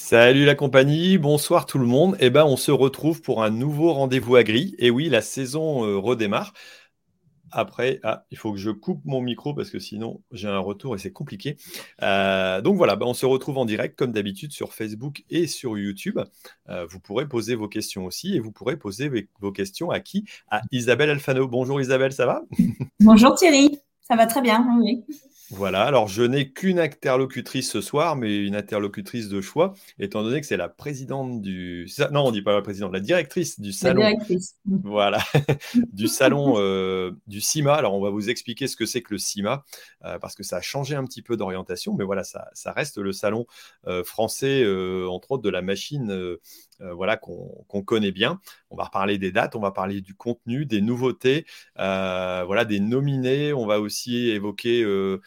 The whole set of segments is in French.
Salut la compagnie, bonsoir tout le monde. On se retrouve pour un nouveau rendez-vous agri. Et oui, la saison redémarre. Après, il faut que je coupe mon micro parce que sinon j'ai un retour et c'est compliqué. Donc voilà, on se retrouve en direct comme d'habitude sur Facebook et sur YouTube. Vous pourrez poser vos questions aussi et vous pourrez poser vos questions à qui? À Isabelle Alfano. Bonjour Isabelle, ça va? Bonjour Thierry, ça va très bien, oui. Voilà, alors je n'ai qu'une interlocutrice ce soir, mais une interlocutrice de choix, étant donné que c'est la présidente Non, on dit pas la présidente, la directrice du La salon, directrice. voilà, du salon du CIMA. Alors on va vous expliquer ce que c'est que le CIMA, parce que ça a changé un petit peu d'orientation, mais voilà, ça reste le salon français, entre autres de la machine voilà, qu'on connaît bien. On va reparler des dates, on va parler du contenu, des nouveautés, voilà, des nominés. On va aussi évoquer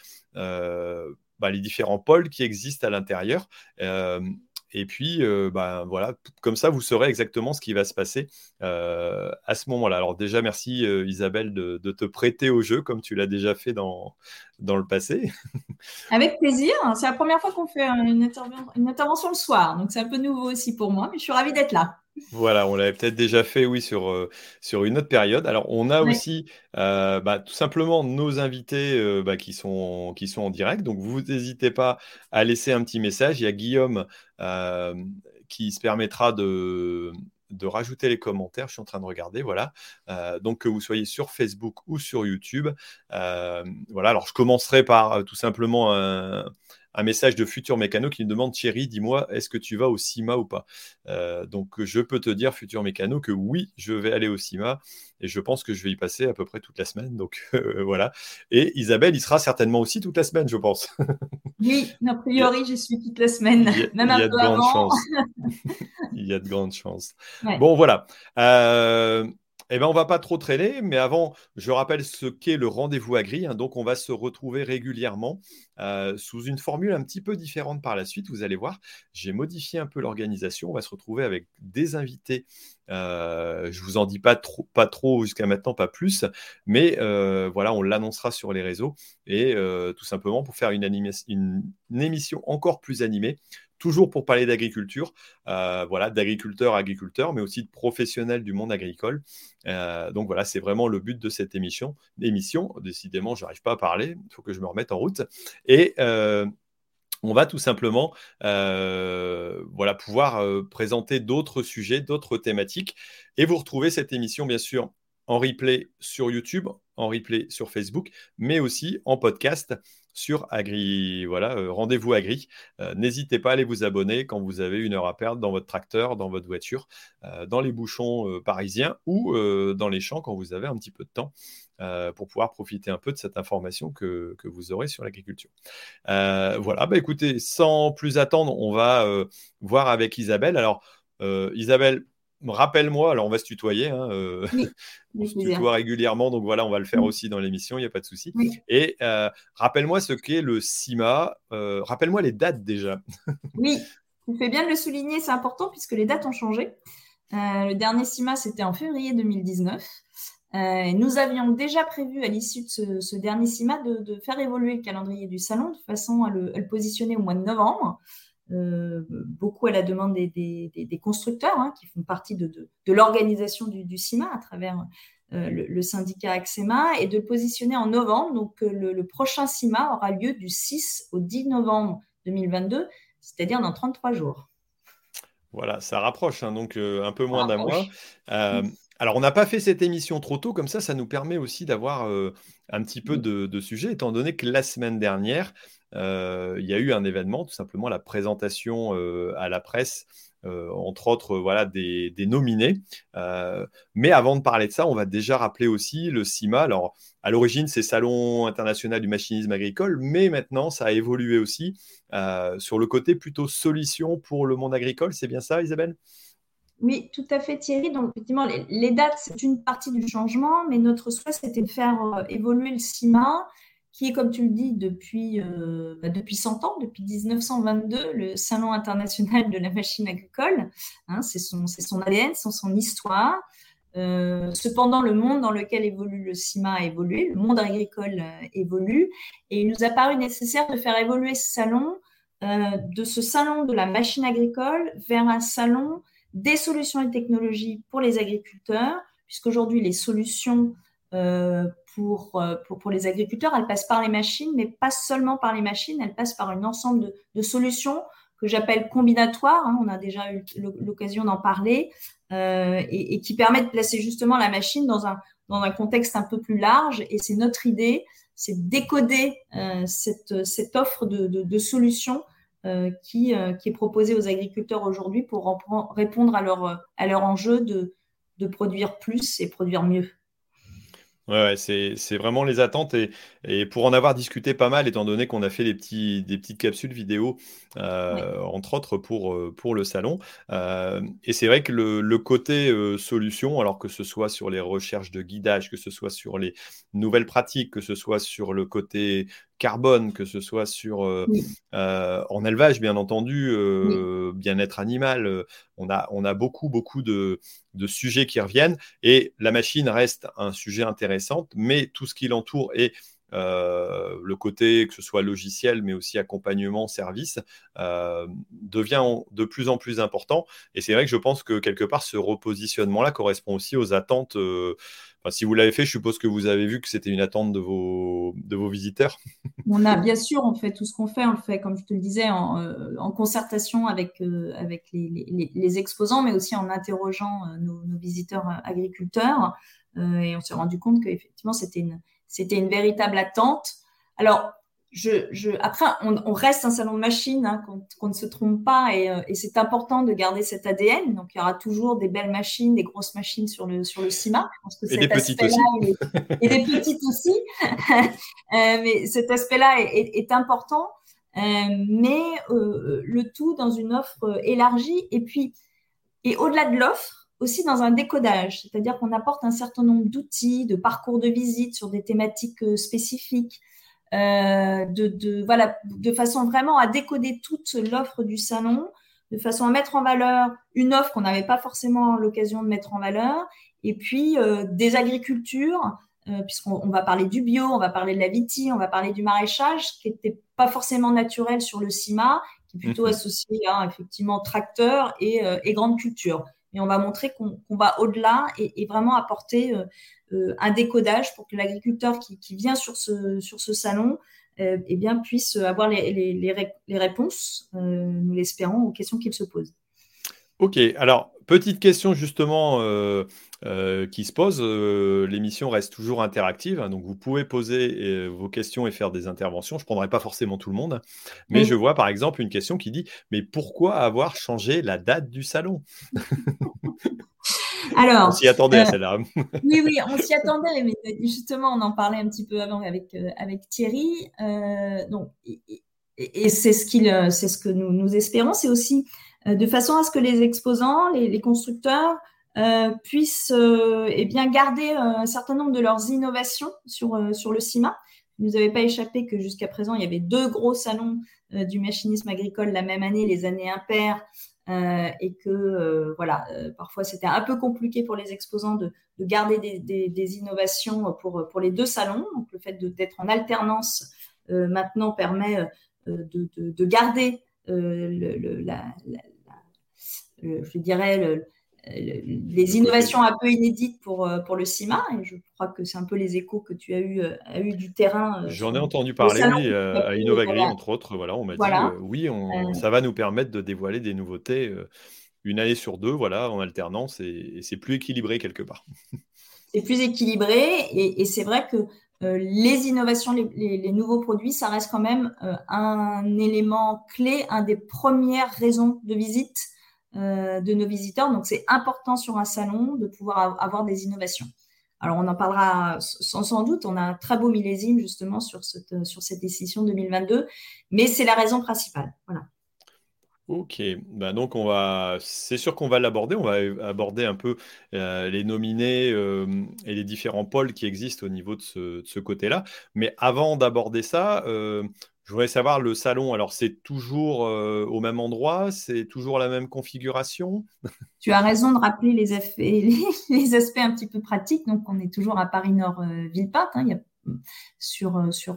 les différents pôles qui existent à l'intérieur. Euh, et puis, voilà, comme ça, vous saurez exactement ce qui va se passer à ce moment-là. Alors déjà, merci Isabelle de te prêter au jeu, comme tu l'as déjà fait dans le passé. Avec plaisir, c'est la première fois qu'on fait une intervention le soir, donc c'est un peu nouveau aussi pour moi, mais je suis ravie d'être là. Voilà, on l'avait peut-être déjà fait, oui, sur une autre période. Alors, on a Ouais. aussi tout simplement nos invités qui sont en direct. Donc, vous n'hésitez pas à laisser un petit message. Il y a Guillaume euh, qui se permettra de rajouter les commentaires. Je suis en train de regarder, voilà. Donc, que vous soyez sur Facebook ou sur YouTube. Voilà, alors je commencerai par tout simplement un message de Futur Mécano qui me demande: Thierry, dis-moi, est-ce que tu vas au CIMA ou pas? Donc, je peux te dire, futur mécano, que oui, je vais aller au CIMA et je pense que je vais y passer à peu près toute la semaine. Donc, voilà. Et Isabelle, il sera certainement aussi toute la semaine, je pense. Oui, a Il y a, priori, j'y suis toute la semaine, il y a- même il y un a de peu grandes avant. chances. Il y a de grandes chances. Ouais. Bon, voilà. On va pas trop traîner, mais avant, je rappelle ce qu'est le rendez-vous agri, hein. Donc, on va se retrouver régulièrement sous une formule un petit peu différente par la suite. Vous allez voir, j'ai modifié un peu l'organisation. On va se retrouver avec des invités. Je vous en dis pas trop jusqu'à maintenant, pas plus, mais voilà, on l'annoncera sur les réseaux et tout simplement pour faire une émission encore plus animée. Toujours pour parler d'agriculture, voilà, d'agriculteurs à agriculteurs, mais aussi de professionnels du monde agricole. Donc voilà, c'est vraiment le but de cette émission. Décidément, je n'arrive pas à parler, il faut que je me remette en route. Et on va tout simplement voilà, pouvoir présenter d'autres sujets, d'autres thématiques. Et vous retrouvez cette émission, bien sûr, en replay sur YouTube, en replay sur Facebook, mais aussi en podcast sur Agri. Voilà, Rendez-vous Agri. N'hésitez pas à aller vous abonner quand vous avez une heure à perdre dans votre tracteur, dans votre voiture, dans les bouchons parisiens ou dans les champs quand vous avez un petit peu de temps pour pouvoir profiter un peu de cette information que vous aurez sur l'agriculture. Voilà, écoutez, sans plus attendre, on va voir avec Isabelle. Alors, Isabelle, rappelle-moi, alors on va se tutoyer, hein, Oui, on avec se plaisir. tutoie régulièrement, donc voilà, on va le faire aussi dans l'émission, il n'y a pas de souci. Oui, Et rappelle-moi ce qu'est le CIMA, rappelle-moi les dates déjà. oui, tu fais bien de le souligner, c'est important puisque les dates ont changé. Le dernier CIMA, c'était en février 2019. Nous avions déjà prévu à l'issue de ce dernier CIMA de faire évoluer le calendrier du salon de façon à le positionner au mois de novembre, beaucoup à la demande des constructeurs, hein, qui font partie de l'organisation du CIMA à travers le syndicat AXEMA, et de le positionner en novembre. Donc le prochain CIMA aura lieu du 6 au 10 novembre 2022, c'est-à-dire dans 33 jours. Voilà, ça rapproche, hein, donc un peu Ça moins d'un mois. rapproche. Euh, alors, on n'a pas fait cette émission trop tôt, comme ça nous permet aussi d'avoir un petit peu de sujet, étant donné que la semaine dernière, il y a eu un événement, tout simplement la présentation à la presse, entre autres, voilà, des nominés. Mais avant de parler de ça, on va déjà rappeler aussi le CIMA. Alors, à l'origine, c'est Salon international du machinisme agricole, mais maintenant, ça a évolué aussi sur le côté plutôt solution pour le monde agricole. C'est bien ça, Isabelle? Oui, tout à fait, Thierry. Donc, effectivement, les dates, c'est une partie du changement, mais notre souhait, c'était de faire évoluer le CIMA, qui est, comme tu le dis, depuis 100 ans, depuis 1922, le Salon international de la machine agricole. Hein, c'est son ADN, c'est son histoire. Cependant, le monde dans lequel évolue le CIMA a évolué, le monde agricole évolue, et il nous a paru nécessaire de faire évoluer ce salon de ce salon de la machine agricole vers un salon des solutions et technologies pour les agriculteurs, puisqu'aujourd'hui, les solutions pour les agriculteurs, elles passent par les machines, mais pas seulement par les machines, elles passent par un ensemble de solutions que j'appelle combinatoires, hein, on a déjà eu l'occasion d'en parler, et qui permettent de placer justement la machine dans un contexte un peu plus large. Et c'est notre idée, c'est de décoder cette offre de solutions qui est proposée aux agriculteurs aujourd'hui pour répondre à leur enjeu de produire plus et produire mieux. Ouais, c'est vraiment les attentes et pour en avoir discuté pas mal, étant donné qu'on a fait des petites capsules vidéo, Ouais. entre autres pour le salon. Et c'est vrai que le côté solution, alors que ce soit sur les recherches de guidage, que ce soit sur les nouvelles pratiques, que ce soit sur le côté carbone, que ce soit sur Oui, en élevage, bien entendu, oui. bien-être animal, on a beaucoup de sujets qui reviennent. Et la machine reste un sujet intéressant, mais tout ce qui l'entoure et le côté, que ce soit logiciel, mais aussi accompagnement, service, devient de plus en plus important. Et c'est vrai que je pense que quelque part, ce repositionnement-là correspond aussi aux attentes. Enfin, si vous l'avez fait, je suppose que vous avez vu que c'était une attente de vos visiteurs. On a, bien sûr, on fait tout ce qu'on fait, on le fait, comme je te le disais, en concertation avec les exposants, mais aussi en interrogeant nos visiteurs agriculteurs. Et on s'est rendu compte qu'effectivement, c'était une véritable attente. Alors, après, on reste un salon de machines, hein, qu'on ne se trompe pas, et c'est important de garder cet ADN. Donc, il y aura toujours des belles machines, des grosses machines sur le CIMA. Je pense que Et des cet petites aspect-là, aussi. et des petites aussi. Mais cet aspect-là est important, mais le tout dans une offre élargie et au-delà de l'offre, aussi dans un décodage, c'est-à-dire qu'on apporte un certain nombre d'outils, de parcours de visite sur des thématiques spécifiques, voilà, de façon vraiment à décoder toute l'offre du salon, de façon à mettre en valeur une offre qu'on n'avait pas forcément l'occasion de mettre en valeur, et puis des agricultures, puisqu'on va parler du bio, on va parler de la vitie, on va parler du maraîchage, qui n'était pas forcément naturel sur le CIMA, qui est plutôt Mhm. associé à effectivement tracteurs et grandes cultures. Et on va montrer qu'on va au-delà et vraiment apporter un décodage pour que l'agriculteur qui vient sur ce salon eh bien, puisse avoir les réponses, nous l'espérons, aux questions qu'il se pose. Ok, alors petite question justement qui se pose. L'émission reste toujours interactive, hein, donc vous pouvez poser vos questions et faire des interventions. Je ne prendrai pas forcément tout le monde, mais je Oui. vois par exemple une question qui dit, mais pourquoi avoir changé la date du salon? On Alors, s'y attendait à celle-là. oui, oui, on s'y attendait, mais justement, on en parlait un petit peu avant avec Thierry. Donc, et c'est ce que nous espérons. C'est aussi de façon à ce que les exposants, les constructeurs puissent eh bien garder un certain nombre de leurs innovations sur le CIMA. Il ne nous avait pas échappé que jusqu'à présent, il y avait deux gros salons du machinisme agricole la même année, les années impaires, et que voilà, parfois c'était un peu compliqué pour les exposants de garder des innovations pour les deux salons. Donc le fait d'être en alternance maintenant permet de garder je dirais les Le côté. innovations un peu inédites pour le CIMA. Et je crois que c'est un peu les échos que tu as eu du terrain J'en ai entendu au parler, salon. oui, à Innovagri, Voilà, entre autres. Voilà, on m'a dit, voilà. oui, Euh, ça va nous permettre de dévoiler des nouveautés une année sur deux, voilà, en alternance, et c'est plus équilibré quelque part. c'est plus équilibré et c'est vrai que les innovations, les nouveaux produits, ça reste quand même un élément clé, un des premières raisons de visite de nos visiteurs. Donc, c'est important sur un salon de pouvoir avoir des innovations. Alors, on en parlera sans doute. On a un très beau millésime justement sur cette décision 2022, mais c'est la raison principale. Voilà. Ok, bah donc c'est sûr qu'on va l'aborder, on va aborder un peu les nominés et les différents pôles qui existent au niveau de ce côté-là. Mais avant d'aborder ça, je voudrais savoir le salon. Alors c'est toujours au même endroit, c'est toujours la même configuration? Tu as raison de rappeler les aspects un petit peu pratiques. Donc, on est toujours à Paris-Nord, Villepinte. Hein. Il y a, sur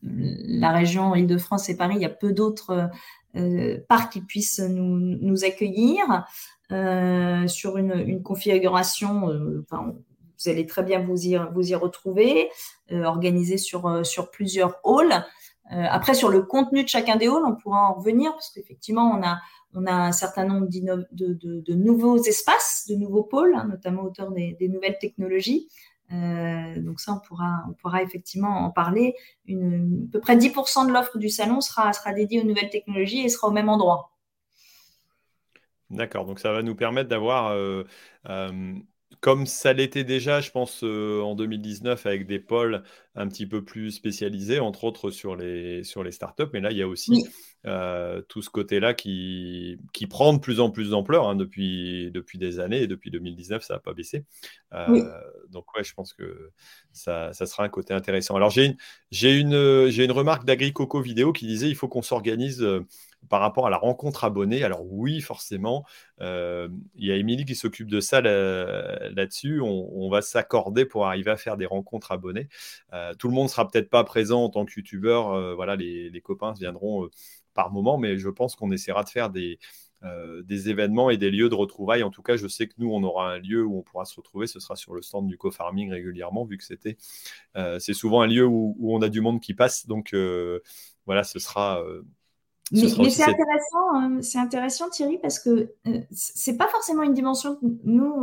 la région Île-de-France et Paris, il y a peu d'autres parcs qui puissent nous accueillir sur une configuration. Vous allez très bien vous y retrouver, organisé sur plusieurs halls. Après, sur le contenu de chacun des halls, on pourra en revenir parce qu'effectivement, on a un certain nombre de nouveaux espaces, de nouveaux pôles, hein, notamment autour des nouvelles technologies. Donc ça, on pourra effectivement en parler. À peu près 10% de l'offre du salon sera dédiée aux nouvelles technologies et sera au même endroit. D'accord, donc ça va nous permettre d'avoir, euh, comme ça l'était déjà, je pense, en 2019, avec des pôles un petit peu plus spécialisés, entre autres sur les startups. Mais là, il y a aussi Oui, tout ce côté-là qui prend de plus en plus d'ampleur hein, depuis des années. Et depuis 2019, ça n'a pas baissé. oui. Donc, ouais, je pense que ça sera un côté intéressant. Alors, j'ai une remarque d'Agricoco Vidéo qui disait il faut qu'on s'organise par rapport à la rencontre abonnée. Alors oui, forcément, il y a Émilie qui s'occupe de ça là-dessus. On va s'accorder pour arriver à faire des rencontres abonnés. Tout le monde sera peut-être pas présent en tant que youtubeur. Voilà, les copains viendront par moment, mais je pense qu'on essaiera de faire des événements et des lieux de retrouvailles. En tout cas, je sais que nous, on aura un lieu où on pourra se retrouver. Ce sera sur le stand du co-farming régulièrement, vu que c'est souvent un lieu où on a du monde qui passe. Donc voilà, ce sera Mais aussi cette. c'est intéressant Thierry parce que c'est pas forcément une dimension que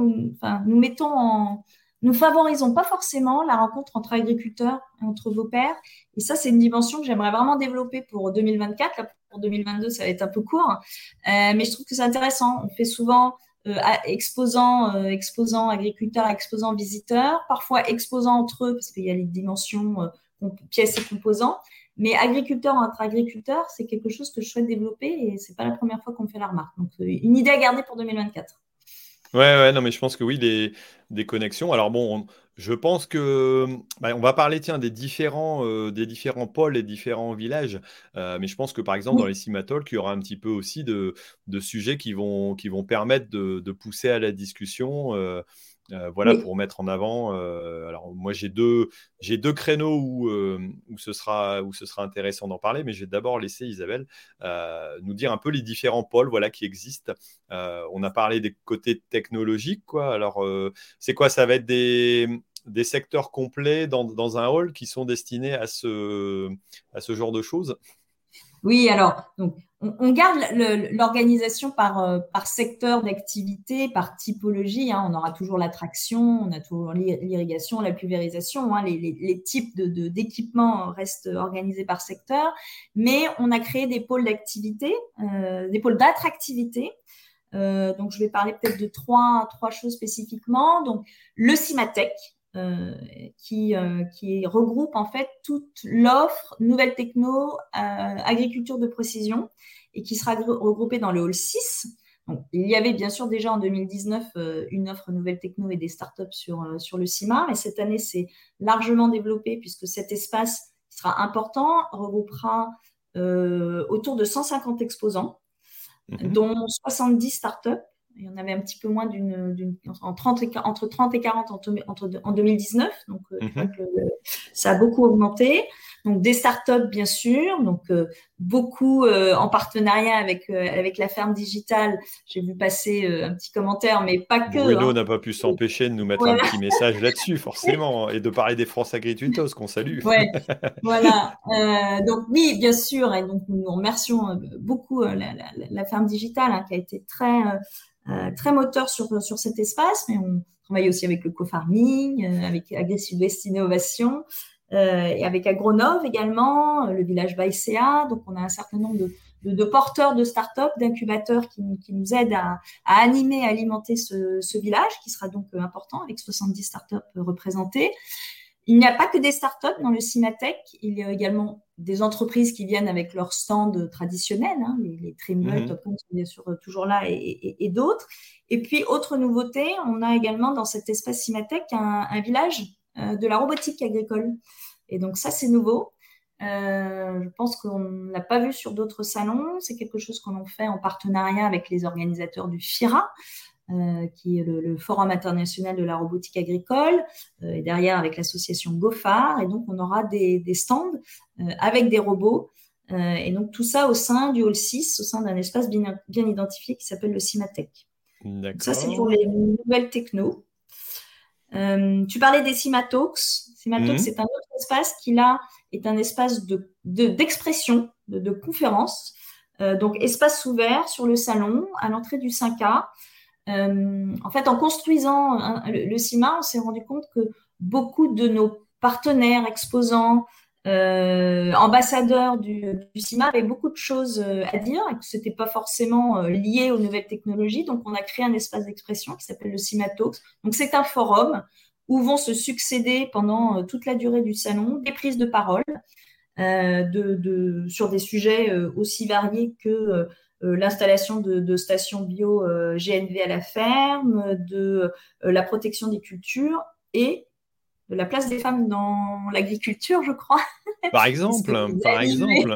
nous favorisons pas forcément la rencontre entre agriculteurs et entre vos pairs. Et ça, c'est une dimension que j'aimerais vraiment développer pour 2024. Là, pour 2022, ça va être un peu court, mais je trouve que c'est intéressant. On fait souvent exposants agriculteurs, exposants visiteurs, parfois exposants entre eux parce qu'il y a les dimensions pièces et composants. Mais agriculteur entre agriculteurs, c'est quelque chose que je souhaite développer et c'est pas la première fois qu'on me fait la remarque. Donc, une idée à garder pour 2024. Ouais, ouais, non, mais je pense que oui, des connexions. Alors bon, je pense que on va parler, tiens, des différents pôles et différents villages. Mais je pense que par exemple, dans les Oui, Cimatalks, il y aura un petit peu aussi de sujets qui vont permettre de pousser à la discussion. Voilà, oui. pour mettre en avant. Alors moi, j'ai deux créneaux où ce sera intéressant d'en parler, mais je vais d'abord laisser Isabelle nous dire un peu les différents pôles, voilà, qui existent. On a parlé des côtés technologiques, quoi. Alors, c'est quoi? Ça va être des secteurs complets dans un hall qui sont destinés à ce genre de choses. Oui, alors, donc, on garde l'organisation par secteur d'activité, par typologie, hein. On aura toujours l'attraction, on a toujours l'irrigation, la pulvérisation, hein. Les types d'équipements restent organisés par secteur, mais on a créé des pôles d'activité, des pôles d'attractivité. Donc, je vais parler peut-être de trois choses spécifiquement. Donc, le Cimatech, euh, qui regroupe en fait toute l'offre nouvelle techno, agriculture de précision, et qui sera regroupée dans le hall 6. Donc, il y avait bien sûr déjà en 2019 une offre nouvelle techno et des startups sur le CIMA, mais cette année, c'est largement développé puisque cet espace qui sera important regroupera autour de 150 exposants Mhm. dont 70 startups. Il y en avait un petit peu moins entre 30 et 40 en 2019. Donc, tu vois Mhm. que ça a beaucoup augmenté. Donc, des startups, bien sûr. Donc, beaucoup en partenariat avec la ferme digitale. J'ai vu passer un petit commentaire, mais pas que. Bruno Hein. n'a pas pu s'empêcher de nous mettre un Voilà. petit message là-dessus, forcément, et de parler des France Agricultos qu'on salue. Ouais, voilà. Donc oui, bien sûr. Et donc nous remercions beaucoup la ferme digitale hein, qui a été très moteur sur cet espace. Mais on travaille aussi avec le co-farming, avec AgriSud-Ouest Innovation et avec Agronov également, le village Baïséa. Donc on a un certain nombre de porteurs de start-up, d'incubateurs qui nous aident à animer, à alimenter ce village qui sera donc important avec 70 start-up représentées. Il n'y a pas que des startups dans le Cimatech, il y a également des entreprises qui viennent avec leurs stands traditionnels, hein, les Trimble, Mhm. Topcon sont bien sûr toujours là et d'autres. Et puis, autre nouveauté, on a également dans cet espace Cimatech un village de la robotique agricole. Et donc ça, c'est nouveau. Je pense qu'on ne l'a pas vu sur d'autres salons. C'est quelque chose qu'on a fait en partenariat avec les organisateurs du FIRA. qui est le Forum international de la robotique agricole, et derrière avec l'association GOFAR. Et donc, on aura des stands avec des robots. Et donc, tout ça au sein du Hall 6, au sein d'un espace bien identifié qui s'appelle le Cimatech. Donc ça, c'est pour D'accord. les nouvelles techno. Tu parlais des Cimatalks. Cimatalks, Mhm. c'est un autre espace qui, là, est un espace d'expression, de conférence. Donc, espace ouvert sur le salon, à l'entrée du 5A. En fait, en construisant le CIMA, on s'est rendu compte que beaucoup de nos partenaires, exposants, ambassadeurs du CIMA avaient beaucoup de choses à dire et que ce n'était pas forcément lié aux nouvelles technologies. Donc, on a créé un espace d'expression qui s'appelle le CIMA Talks. Donc, c'est un forum où vont se succéder pendant toute la durée du salon des prises de parole sur des sujets aussi variés que l'installation de stations bio GNV à la ferme, de la protection des cultures et de la place des femmes dans l'agriculture, je crois, Par puisque exemple, par exemple.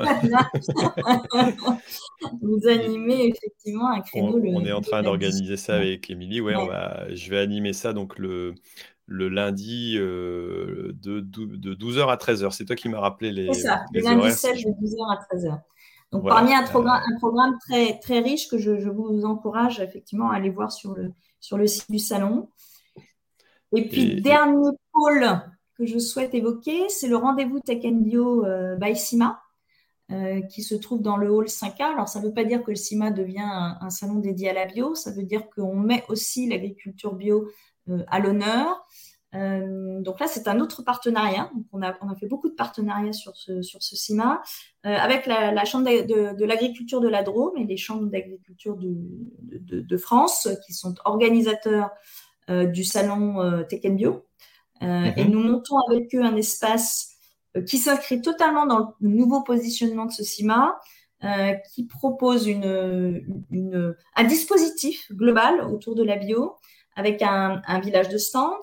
vous Et animez effectivement un créneau on est en le train lundi. d'organiser ça Ouais. avec Émilie. Ouais, Ouais. je vais animer ça donc le lundi de 12h à 13h. C'est toi qui m'as rappelé C'est ça, le les lundi horaires. 16 de 12h à 13h. Donc, Voilà. parmi un programme très, très riche que je vous encourage effectivement à aller voir sur le site du salon. Et puis, Et dernier pôle que je souhaite évoquer, c'est le rendez-vous Tech and Bio by CIMA, qui se trouve dans le hall 5A. Alors, ça ne veut pas dire que le CIMA devient un salon dédié à la bio, ça veut dire qu'on met aussi l'agriculture bio à l'honneur. Donc là, c'est un autre partenariat. Donc on a fait beaucoup de partenariats sur ce CIMA avec la Chambre de l'agriculture de la Drôme et les chambres d'agriculture de France qui sont organisateurs du salon Tech and Bio. Et mhm, nous montons avec eux un espace qui s'inscrit totalement dans le nouveau positionnement de ce CIMA, qui propose un dispositif global autour de la bio avec un village de stand,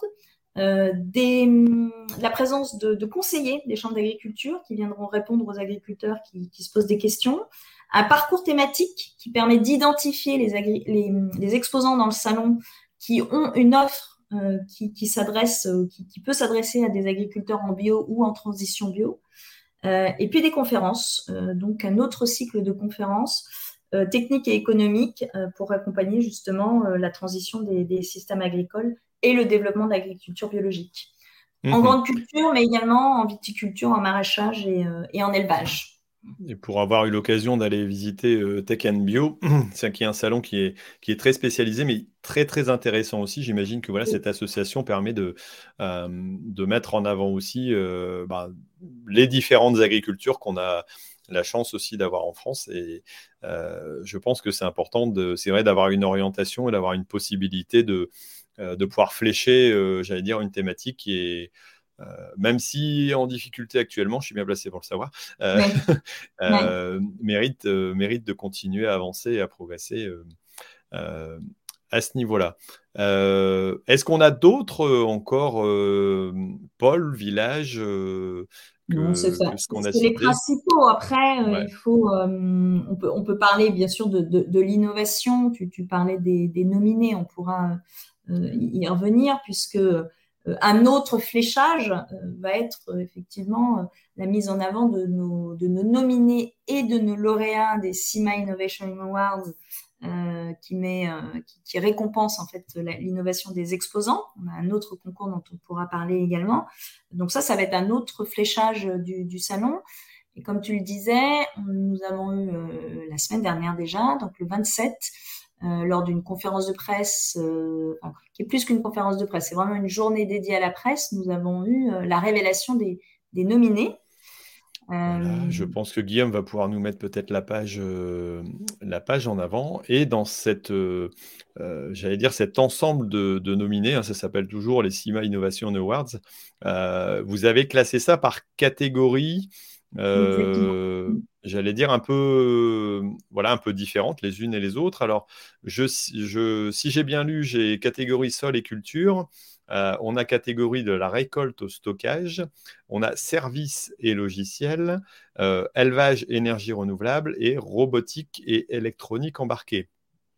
la présence de conseillers des chambres d'agriculture qui viendront répondre aux agriculteurs qui se posent des questions, un parcours thématique qui permet d'identifier les exposants dans le salon qui ont une offre qui s'adresse, qui peut s'adresser à des agriculteurs en bio ou en transition bio, et puis des conférences, donc un autre cycle de conférences techniques et économiques pour accompagner justement la transition des systèmes agricoles et le développement de l'agriculture biologique. En mhm. grande culture, mais également en viticulture, en maraîchage et en élevage. Et pour avoir eu l'occasion d'aller visiter Tech and Bio, c'est qui est un salon qui est très spécialisé, mais très très intéressant aussi. J'imagine que voilà, cette association permet de mettre en avant aussi les différentes agricultures qu'on a la chance aussi d'avoir en France. Et je pense que c'est important c'est vrai, d'avoir une orientation et d'avoir une possibilité de pouvoir flécher, j'allais dire, une thématique qui est même si en difficulté actuellement, je suis bien placé pour le savoir, Oui, oui. mérite de continuer à avancer et à progresser euh, à ce niveau-là. Est-ce qu'on a d'autres encore pôles, villages Non, c'est ça. que ce qu'on a C'est les cité? principaux. Après, Ouais. on peut parler bien sûr de l'innovation. Tu parlais des nominés, on pourra y revenir puisque un autre fléchage va être effectivement la mise en avant de nos nominés et de nos lauréats des CIMA Innovation Awards qui récompense en fait l'innovation des exposants. On a un autre concours dont on pourra parler également. Donc ça va être un autre fléchage du salon. Et comme tu le disais, nous avons eu la semaine dernière déjà, donc le 27, lors d'une conférence de presse, qui est plus qu'une conférence de presse, c'est vraiment une journée dédiée à la presse, nous avons eu la révélation des nominés. Voilà, je Euh, pense que Guillaume va pouvoir nous mettre peut-être la page en avant. Et dans j'allais dire, cet ensemble de nominés, hein, ça s'appelle toujours les CIMA Innovation Awards, vous avez classé ça par catégorie, exactement. j'allais dire voilà, un peu différentes les unes et les autres. Alors, si j'ai bien lu, j'ai catégorie sol et culture. On a catégorie de la récolte au stockage, on a services et logiciels, élevage, énergie renouvelable et robotique et électronique embarquée.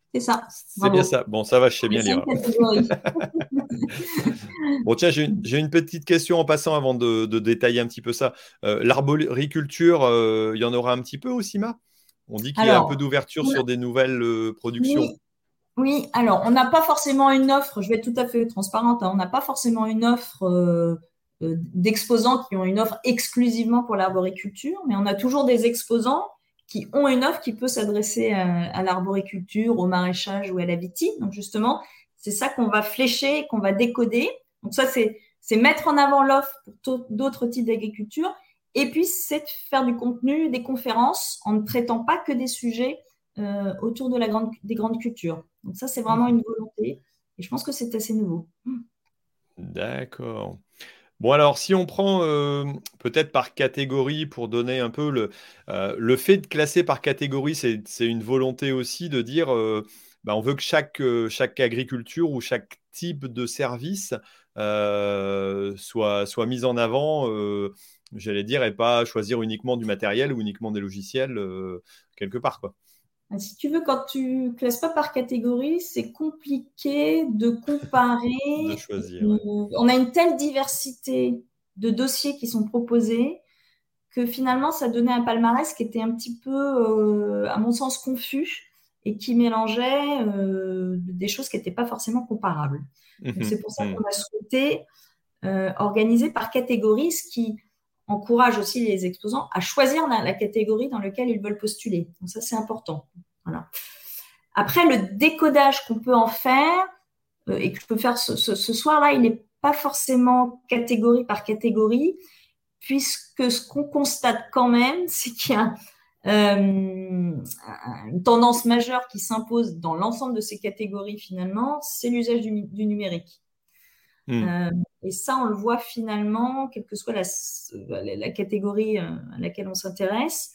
C'est ça. C'est bien Bravo. ça. Bon, ça va, je sais Les bien lire. 5 catégories. Bon, tiens, j'ai une petite question en passant avant de détailler un petit peu ça. L'arboriculture, il y en aura un petit peu au CIMA? On dit qu'il y a un peu Alors, d'ouverture on a- sur des nouvelles productions. oui, oui, alors on n'a pas forcément une offre, je vais être tout à fait transparente, hein, on n'a pas forcément une offre d'exposants qui ont une offre exclusivement pour l'arboriculture, mais on a toujours des exposants qui ont une offre qui peut s'adresser à l'arboriculture, au maraîchage ou à la vitie. Donc justement, c'est ça qu'on va flécher, qu'on va décoder. Donc ça, c'est mettre en avant l'offre pour d'autres types d'agriculture. Et puis, c'est de faire du contenu, des conférences, en ne traitant pas que des sujets autour de des grandes cultures. Donc ça, c'est vraiment Mhm. une volonté. Et je pense que c'est assez nouveau. D'accord. Bon, alors, si on prend peut-être par catégorie pour donner un peu le fait de classer par catégorie, c'est une volonté aussi de dire bah, on veut que chaque agriculture ou chaque type de service soit mis en avant, j'allais dire, et pas choisir uniquement du matériel ou uniquement des logiciels quelque part, quoi. Si tu veux, quand tu classes pas par catégorie, c'est compliqué de De comparer. choisir, ouais. On a une telle diversité de dossiers qui sont proposés que finalement, ça donnait un palmarès qui était un petit peu, à mon sens, confus et qui mélangeait des choses qui n'étaient pas forcément comparables. Donc, Mhm. c'est pour ça qu'on Mhm. a souhaité organisé par catégorie, ce qui encourage aussi les exposants à choisir la catégorie dans laquelle ils veulent postuler. Donc ça, c'est important. Voilà. Après, le décodage qu'on peut en faire et que je peux faire ce soir-là, il n'est pas forcément catégorie par catégorie, puisque ce qu'on constate quand même, c'est qu'il y a une tendance majeure qui s'impose dans l'ensemble de ces catégories finalement, c'est l'usage du numérique. Mhm. Et ça, on le voit finalement, quelle que soit la catégorie à laquelle on s'intéresse,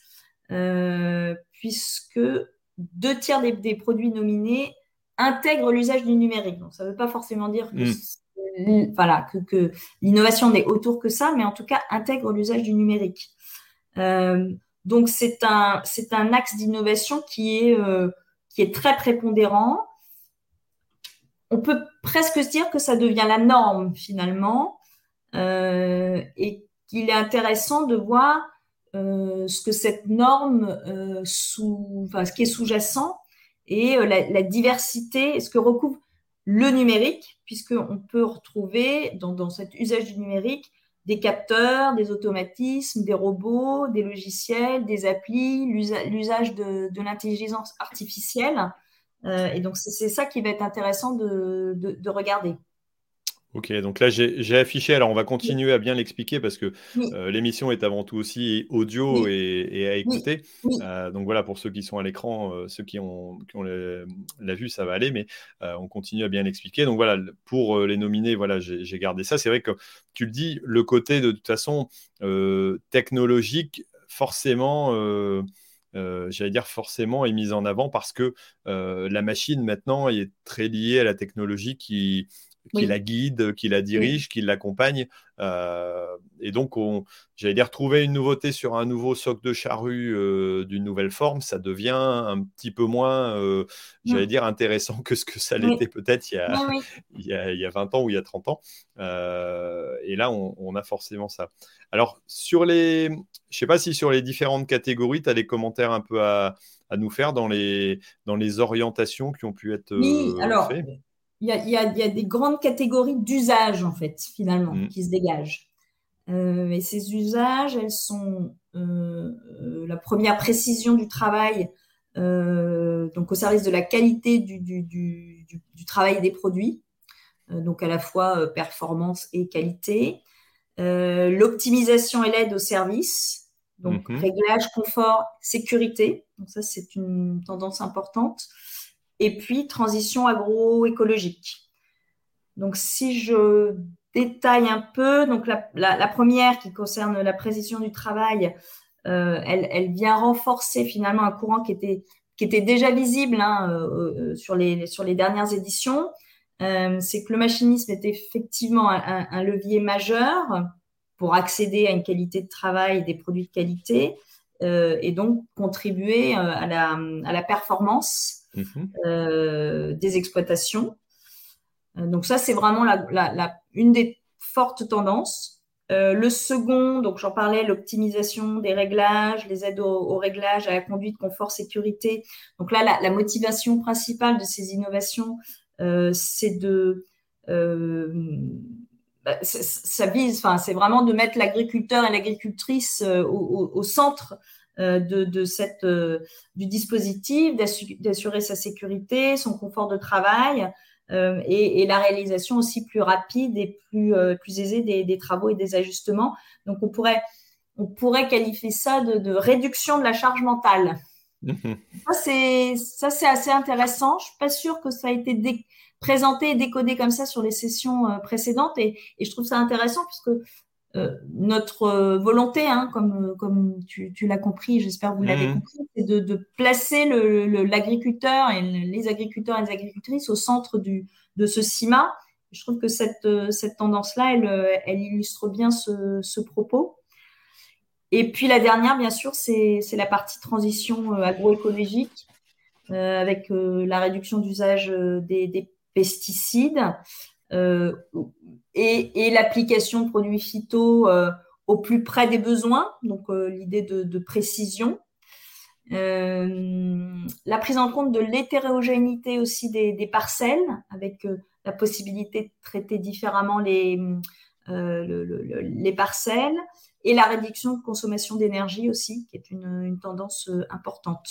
puisque 2 tiers des produits nominés intègrent l'usage du numérique. Donc, ça ne veut pas forcément dire que, Mhm. voilà, que l'innovation n'est autour que ça, mais en tout cas intègre l'usage du numérique. Euh, donc, c'est un axe d'innovation qui est très prépondérant. On peut presque se dire que ça devient la norme finalement, et qu'il est intéressant de voir ce que cette norme enfin, ce qui est sous-jacent et la diversité, ce que recouvre le numérique, puisqu'on peut retrouver dans cet usage du numérique des capteurs, des automatismes, des robots, des logiciels, des applis, l'usage de l'intelligence artificielle. Et donc, c'est ça qui va être intéressant de regarder. Ok, donc là j'ai affiché, alors on va continuer à bien l'expliquer parce que Oui, l'émission est avant tout aussi audio oui, et à oui, écouter. oui, Donc voilà, pour ceux qui sont à l'écran, ceux qui ont la vue, ça va aller, mais on continue à bien l'expliquer. Donc voilà, pour les nominés, voilà, j'ai gardé ça. C'est vrai que tu le dis, le côté de toute façon technologique, forcément, j'allais dire forcément, est mis en avant parce que la machine maintenant est très liée à la technologie qui la oui, guide, qui la oui, dirige, qui l'accompagne. Et donc, j'allais dire, trouver une nouveauté sur un nouveau soc de charrue d'une nouvelle forme, ça devient un petit peu moins, j'allais mm, dire, intéressant que ce que ça oui, l'était peut-être oui, oui. il y a 20 ans ou il y a 30 ans. Et là, on a forcément ça. Alors, je ne sais pas si sur les différentes catégories, tu as des commentaires un peu à nous faire dans les orientations qui ont pu être Oui, alors, faits. il y a des grandes catégories d'usages, en fait, finalement, Mm. qui se dégagent. Et ces usages, elles sont la première précision du travail, donc au service de la qualité du travail et des produits, donc à la fois performance et qualité. L'optimisation et l'aide au service, donc Mhm. réglage, confort, sécurité. Donc ça, c'est une tendance importante. Et puis transition agroécologique. Donc si je détaille un peu, donc la première qui concerne la précision du travail, elle vient renforcer finalement un courant qui était déjà visible hein, sur les dernières éditions. C'est que le machinisme est effectivement un levier majeur pour accéder à une qualité de travail et des produits de qualité et donc contribuer à la performance. des exploitations. Donc ça, c'est vraiment une des fortes tendances. Le second, donc j'en parlais, l'optimisation des réglages, les aides au réglage, à la conduite, confort, sécurité. Donc là, la motivation principale de ces innovations, c'est c'est vraiment de mettre l'agriculteur et l'agricultrice au centre du dispositif, d'assurer sa sécurité, son confort de travail. Et la réalisation aussi plus rapide et plus aisée des travaux et des ajustements. Donc, on pourrait qualifier ça de réduction de la charge mentale. Ça, c'est assez intéressant. Je suis pas sûre que ça a été présenté et décodé comme ça sur les sessions précédentes. Et je trouve ça intéressant puisque notre volonté, hein, comme tu l'as compris, j'espère que vous l'avez compris, c'est de placer l'agriculteur et les agriculteurs et les agricultrices au centre de ce CIMA. Je trouve que cette tendance-là, elle illustre bien ce propos. Et puis la dernière, bien sûr, c'est la partie transition agroécologique avec la réduction d'usage des pesticides. Et l'application de produits phyto au plus près des besoins, donc l'idée de précision. La prise en compte de l'hétérogénéité aussi des parcelles, avec la possibilité de traiter différemment les parcelles, et la réduction de consommation d'énergie aussi, qui est une tendance importante.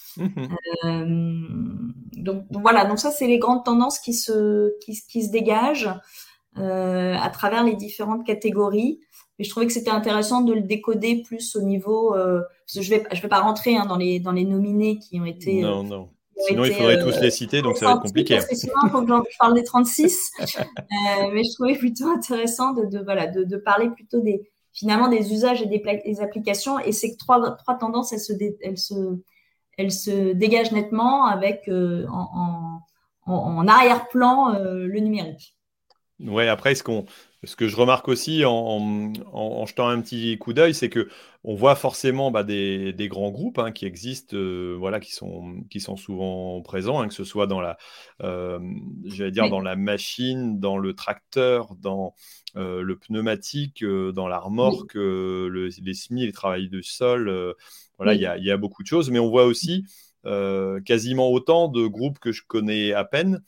Donc voilà, donc ça c'est les grandes tendances qui se dégagent à travers les différentes catégories. Mais je trouvais que c'était intéressant de le décoder plus au niveau. Parce que je vais pas rentrer dans les nominés qui ont été. Non. Sinon, il faudrait tous les citer, donc ça va être compliqué. Parce que sinon, il faut que je parle des 36. Mais je trouvais plutôt intéressant de parler plutôt finalement des usages et des applications. Et ces trois tendances, elles se dégagent nettement avec en arrière-plan le numérique. Ouais, après, ce que je remarque aussi en jetant un petit coup d'œil, c'est que on voit forcément des grands groupes qui existent, voilà, qui sont souvent présents, que ce soit dans dans la machine, dans le tracteur, dans le pneumatique, dans la remorque, les semis, les travails de sol. Voilà, il y a beaucoup de choses, mais on voit aussi quasiment autant de groupes que je connais à peine.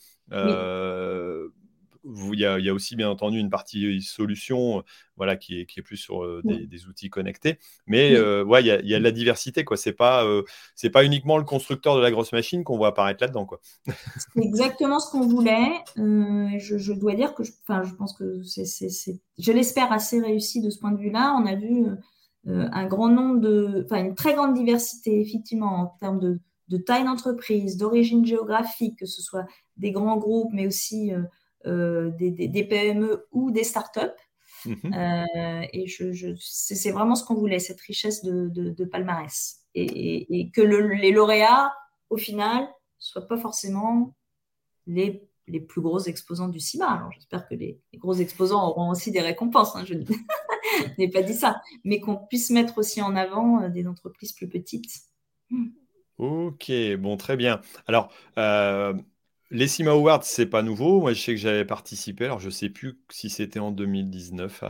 Il y a aussi bien entendu une partie solution voilà, qui est plus sur des outils connectés. Mais il y a de la diversité, quoi. C'est pas uniquement le constructeur de la grosse machine qu'on voit apparaître là-dedans, quoi. C'est exactement ce qu'on voulait. Je dois dire que je pense que je l'espère assez réussi de ce point de vue-là. On a vu un grand nombre une très grande diversité, effectivement, en termes de taille d'entreprise, d'origine géographique, que ce soit des grands groupes, mais aussi des PME ou des startups. Et c'est vraiment ce qu'on voulait, cette richesse de palmarès. Et que les lauréats, au final, soient pas forcément les plus gros exposants du CIMA. Alors, j'espère que les gros exposants auront aussi des récompenses. Je n'ai pas dit ça. Mais qu'on puisse mettre aussi en avant des entreprises plus petites. Ok, bon, très bien. Alors, les CIMA Awards, c'est pas nouveau. Moi, je sais que j'avais participé. Alors, je sais plus si c'était en 2019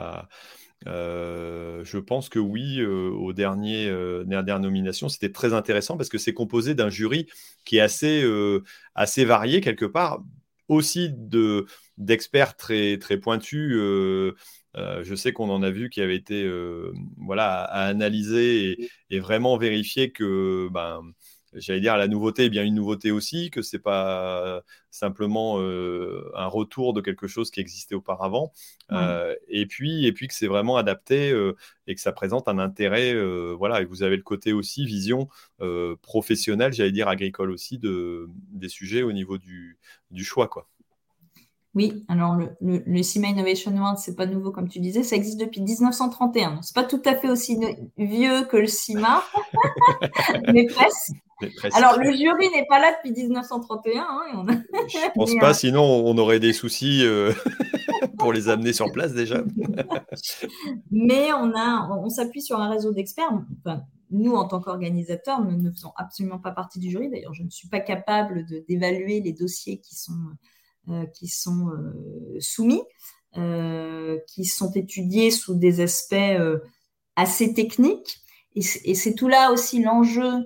je pense que oui, aux dernières nominations, c'était très intéressant parce que c'est composé d'un jury qui est assez varié quelque part, aussi d'experts très, très pointus. Je sais qu'on en a vu qui avaient été voilà, à analyser et vraiment vérifier que j'allais dire la nouveauté est bien une nouveauté aussi, que c'est pas simplement un retour de quelque chose qui existait auparavant, et puis que c'est vraiment adapté et que ça présente un intérêt, voilà, et vous avez le côté aussi vision professionnelle, j'allais dire agricole aussi, des sujets au niveau du choix, quoi. Oui, alors le CIMA Innovation Award, c'est pas nouveau comme tu disais, ça existe depuis 1931. C'est pas tout à fait aussi vieux que le CIMA, mais presque. Alors le jury n'est pas là depuis 1931. Je pense pas, sinon on aurait des soucis pour les amener sur place déjà. Mais on s'appuie sur un réseau d'experts. Enfin, nous, en tant qu'organisateurs, nous ne faisons absolument pas partie du jury. D'ailleurs, je ne suis pas capable d'évaluer les dossiers qui sont soumis, qui sont étudiés sous des aspects assez techniques. Et c'est tout là aussi l'enjeu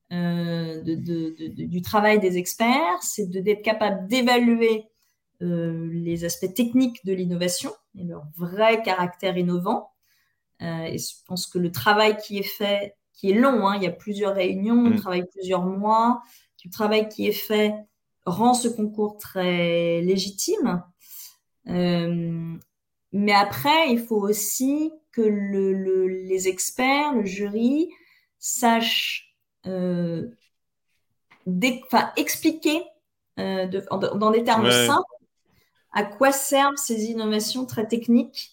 du travail des experts, c'est d'être capable d'évaluer les aspects techniques de l'innovation et leur vrai caractère innovant. Et je pense que le travail qui est fait, qui est long, il y a plusieurs réunions, on travaille plusieurs mois, le travail qui est fait rend ce concours très légitime. Mais après, il faut aussi que les experts, le jury, sachent expliquer dans des termes simples à quoi servent ces innovations très techniques.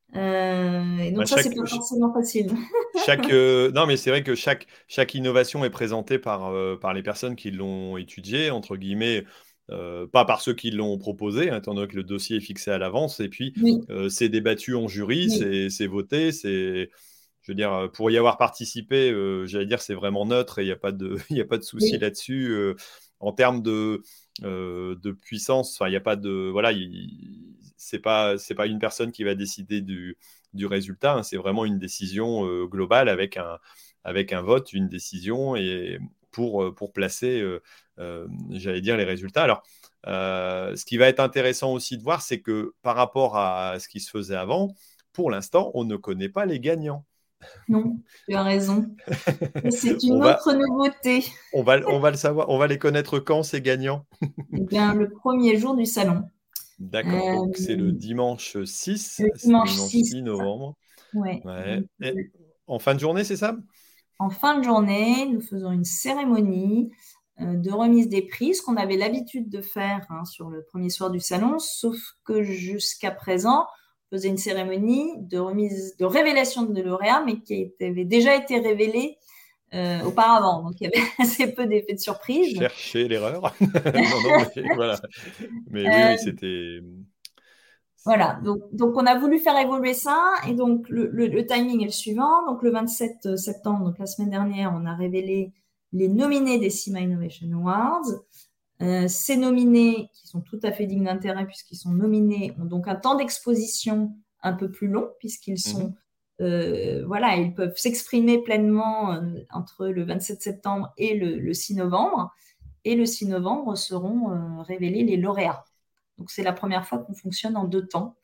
Et donc ça, c'est pas forcément facile. Non, mais c'est vrai que chaque innovation est présentée par les personnes qui l'ont étudiée, entre guillemets, pas par ceux qui l'ont proposé, étant donné que le dossier est fixé à l'avance, et puis c'est débattu en jury, c'est voté, je veux dire, pour y avoir participé, j'allais dire, c'est vraiment neutre et il n'y a pas de souci là-dessus. En termes de puissance, il n'y a pas de... Voilà, c'est pas une personne qui va décider du résultat, c'est vraiment une décision globale avec un vote, une décision et pour placer, j'allais dire, les résultats. Alors, ce qui va être intéressant aussi de voir, c'est que par rapport à ce qui se faisait avant, pour l'instant, on ne connaît pas les gagnants. Non, tu as raison. Et c'est une autre nouveauté. On va le savoir, on va les connaître quand, ces gagnants? Eh bien, le premier jour du salon. D'accord, donc c'est le dimanche 6, le dimanche 6 novembre. Ouais. Et en fin de journée, c'est ça? En fin de journée, nous faisons une cérémonie de remise des prix, ce qu'on avait l'habitude de faire sur le premier soir du salon, sauf que jusqu'à présent, on faisait une cérémonie de révélation de lauréats, mais qui avait déjà été révélée auparavant. Donc, il y avait assez peu d'effets de surprise. Chercher l'erreur. Non, mais voilà. Mais oui, c'était... Voilà, donc on a voulu faire évoluer ça et donc le timing est le suivant. Donc le 27 septembre, donc la semaine dernière, on a révélé les nominés des CIMA Innovation Awards. Ces nominés, qui sont tout à fait dignes d'intérêt puisqu'ils sont nominés, ont donc un temps d'exposition un peu plus long puisqu'ils sont, ils peuvent s'exprimer pleinement entre le 27 septembre et le 6 novembre. Et le 6 novembre seront révélés les lauréats. Donc, c'est la première fois qu'on fonctionne en 2 temps.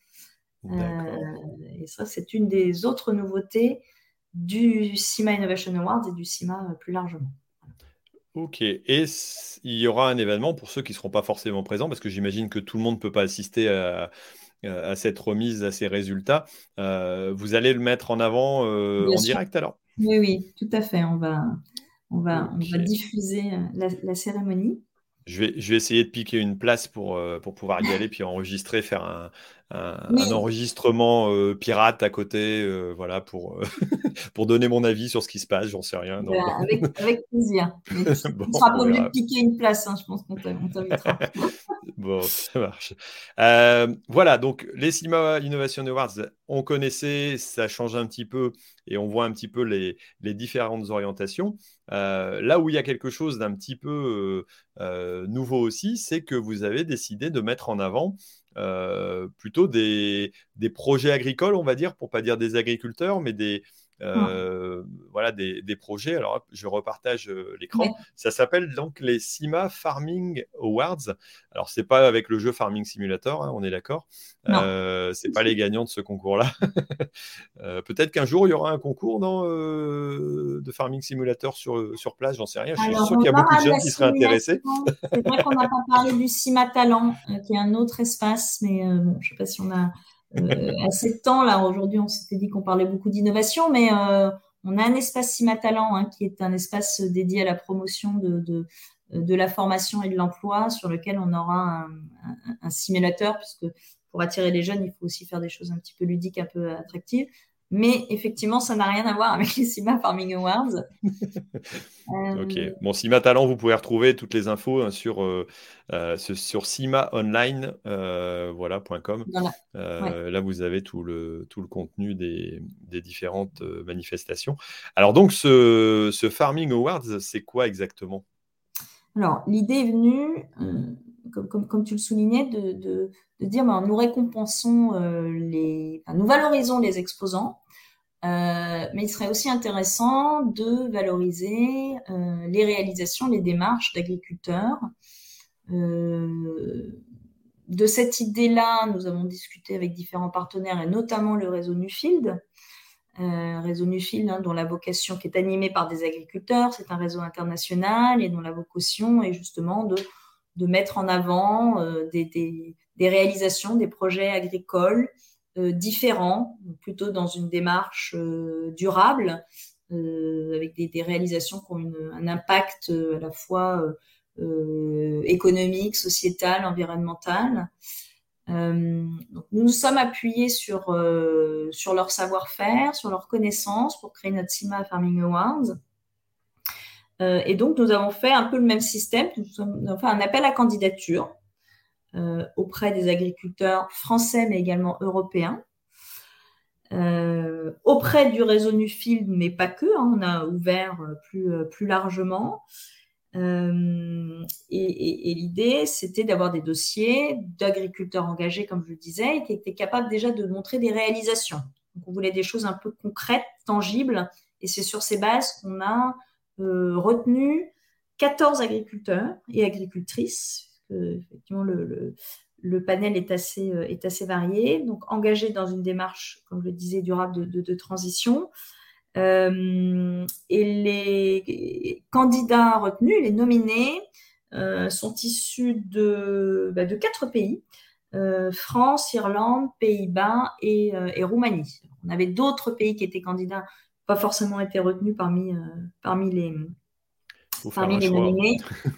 Et ça, c'est une des autres nouveautés du CIMA Innovation Awards et du CIMA plus largement. Ok. Et il y aura un événement pour ceux qui ne seront pas forcément présents, parce que j'imagine que tout le monde ne peut pas assister à cette remise, à ces résultats. Vous allez le mettre en avant en direct alors? Oui, tout à fait. On va diffuser la cérémonie. Je vais essayer de piquer une place pour pouvoir y aller, puis enregistrer, faire un enregistrement pirate à côté, voilà, pour donner mon avis sur ce qui se passe, j'en sais rien. Avec plaisir. Mais tu ne seras pas obligé de piquer une place, je pense qu'on t'invitera. Bon, ça marche. Voilà, donc les CIMA Innovation Awards, on connaissait, ça change un petit peu et on voit un petit peu les différentes orientations. Là où il y a quelque chose d'un petit peu nouveau aussi, c'est que vous avez décidé de mettre en avant plutôt des projets agricoles, on va dire, pour pas dire des agriculteurs, mais des projets. Alors, je repartage l'écran. Ouais. Ça s'appelle donc les CIMA Farming Awards. Alors, c'est pas avec le jeu Farming Simulator, on est d'accord. C'est pas les gagnants de ce concours-là. Peut-être qu'un jour, il y aura un concours de Farming Simulator sur place, j'en sais rien. Je suis sûr qu'il y a beaucoup de jeunes qui seraient intéressés. C'est vrai qu'on n'a pas parlé du CIMA Talent, qui est un autre espace, mais bon, je ne sais pas si on a assez de temps. Là, aujourd'hui, on s'était dit qu'on parlait beaucoup d'innovation, mais on a un espace CIMA Talent, qui est un espace dédié à la promotion de la formation et de l'emploi, sur lequel on aura un simulateur, puisque pour attirer les jeunes, il faut aussi faire des choses un petit peu ludiques, un peu attractives. Mais effectivement, ça n'a rien à voir avec les CIMA Farming Awards. Ok. Euh, Bon, Cima Talent, vous pouvez retrouver toutes les infos hein, sur cimaonline, voilà, .com. voilà. Ouais. Là, vous avez tout le contenu des différentes manifestations. Alors donc, ce Farming Awards, c'est quoi exactement? Alors, l'idée est venue, comme tu le soulignais, de dire ben, nous récompensons nous valorisons les exposants, mais il serait aussi intéressant de valoriser les réalisations, les démarches d'agriculteurs. Euh, de cette idée-là, nous avons discuté avec différents partenaires et notamment le réseau Nuffield. Réseau Nuffield, hein, dont la vocation, qui est animé par des agriculteurs, c'est un réseau international et dont la vocation est justement de mettre en avant des réalisations, des projets agricoles différents, plutôt dans une démarche durable, avec des réalisations qui ont un impact à la fois économique, sociétal, environnemental. Donc nous nous sommes appuyés sur leur savoir-faire, sur leurs connaissances pour créer notre CIMA Farming Awards. Et donc nous avons fait un peu le même système. Nous avons fait un appel à candidature auprès des agriculteurs français mais également européens. Auprès du réseau Nuffield, mais pas que, hein, on a ouvert plus largement. Et l'idée, c'était d'avoir des dossiers d'agriculteurs engagés, comme je le disais, et qui étaient capables déjà de montrer des réalisations. Donc, on voulait des choses un peu concrètes, tangibles, et c'est sur ces bases qu'on a retenu 14 agriculteurs et agricultrices. Effectivement, le panel est assez varié, donc engagés dans une démarche, comme je le disais, durable de transition. Et les candidats retenus, les nominés, sont issus de 4 pays, France, Irlande, Pays-Bas et Roumanie. On avait d'autres pays qui étaient candidats, pas forcément été retenus parmi Faut faire un les choix. nominés.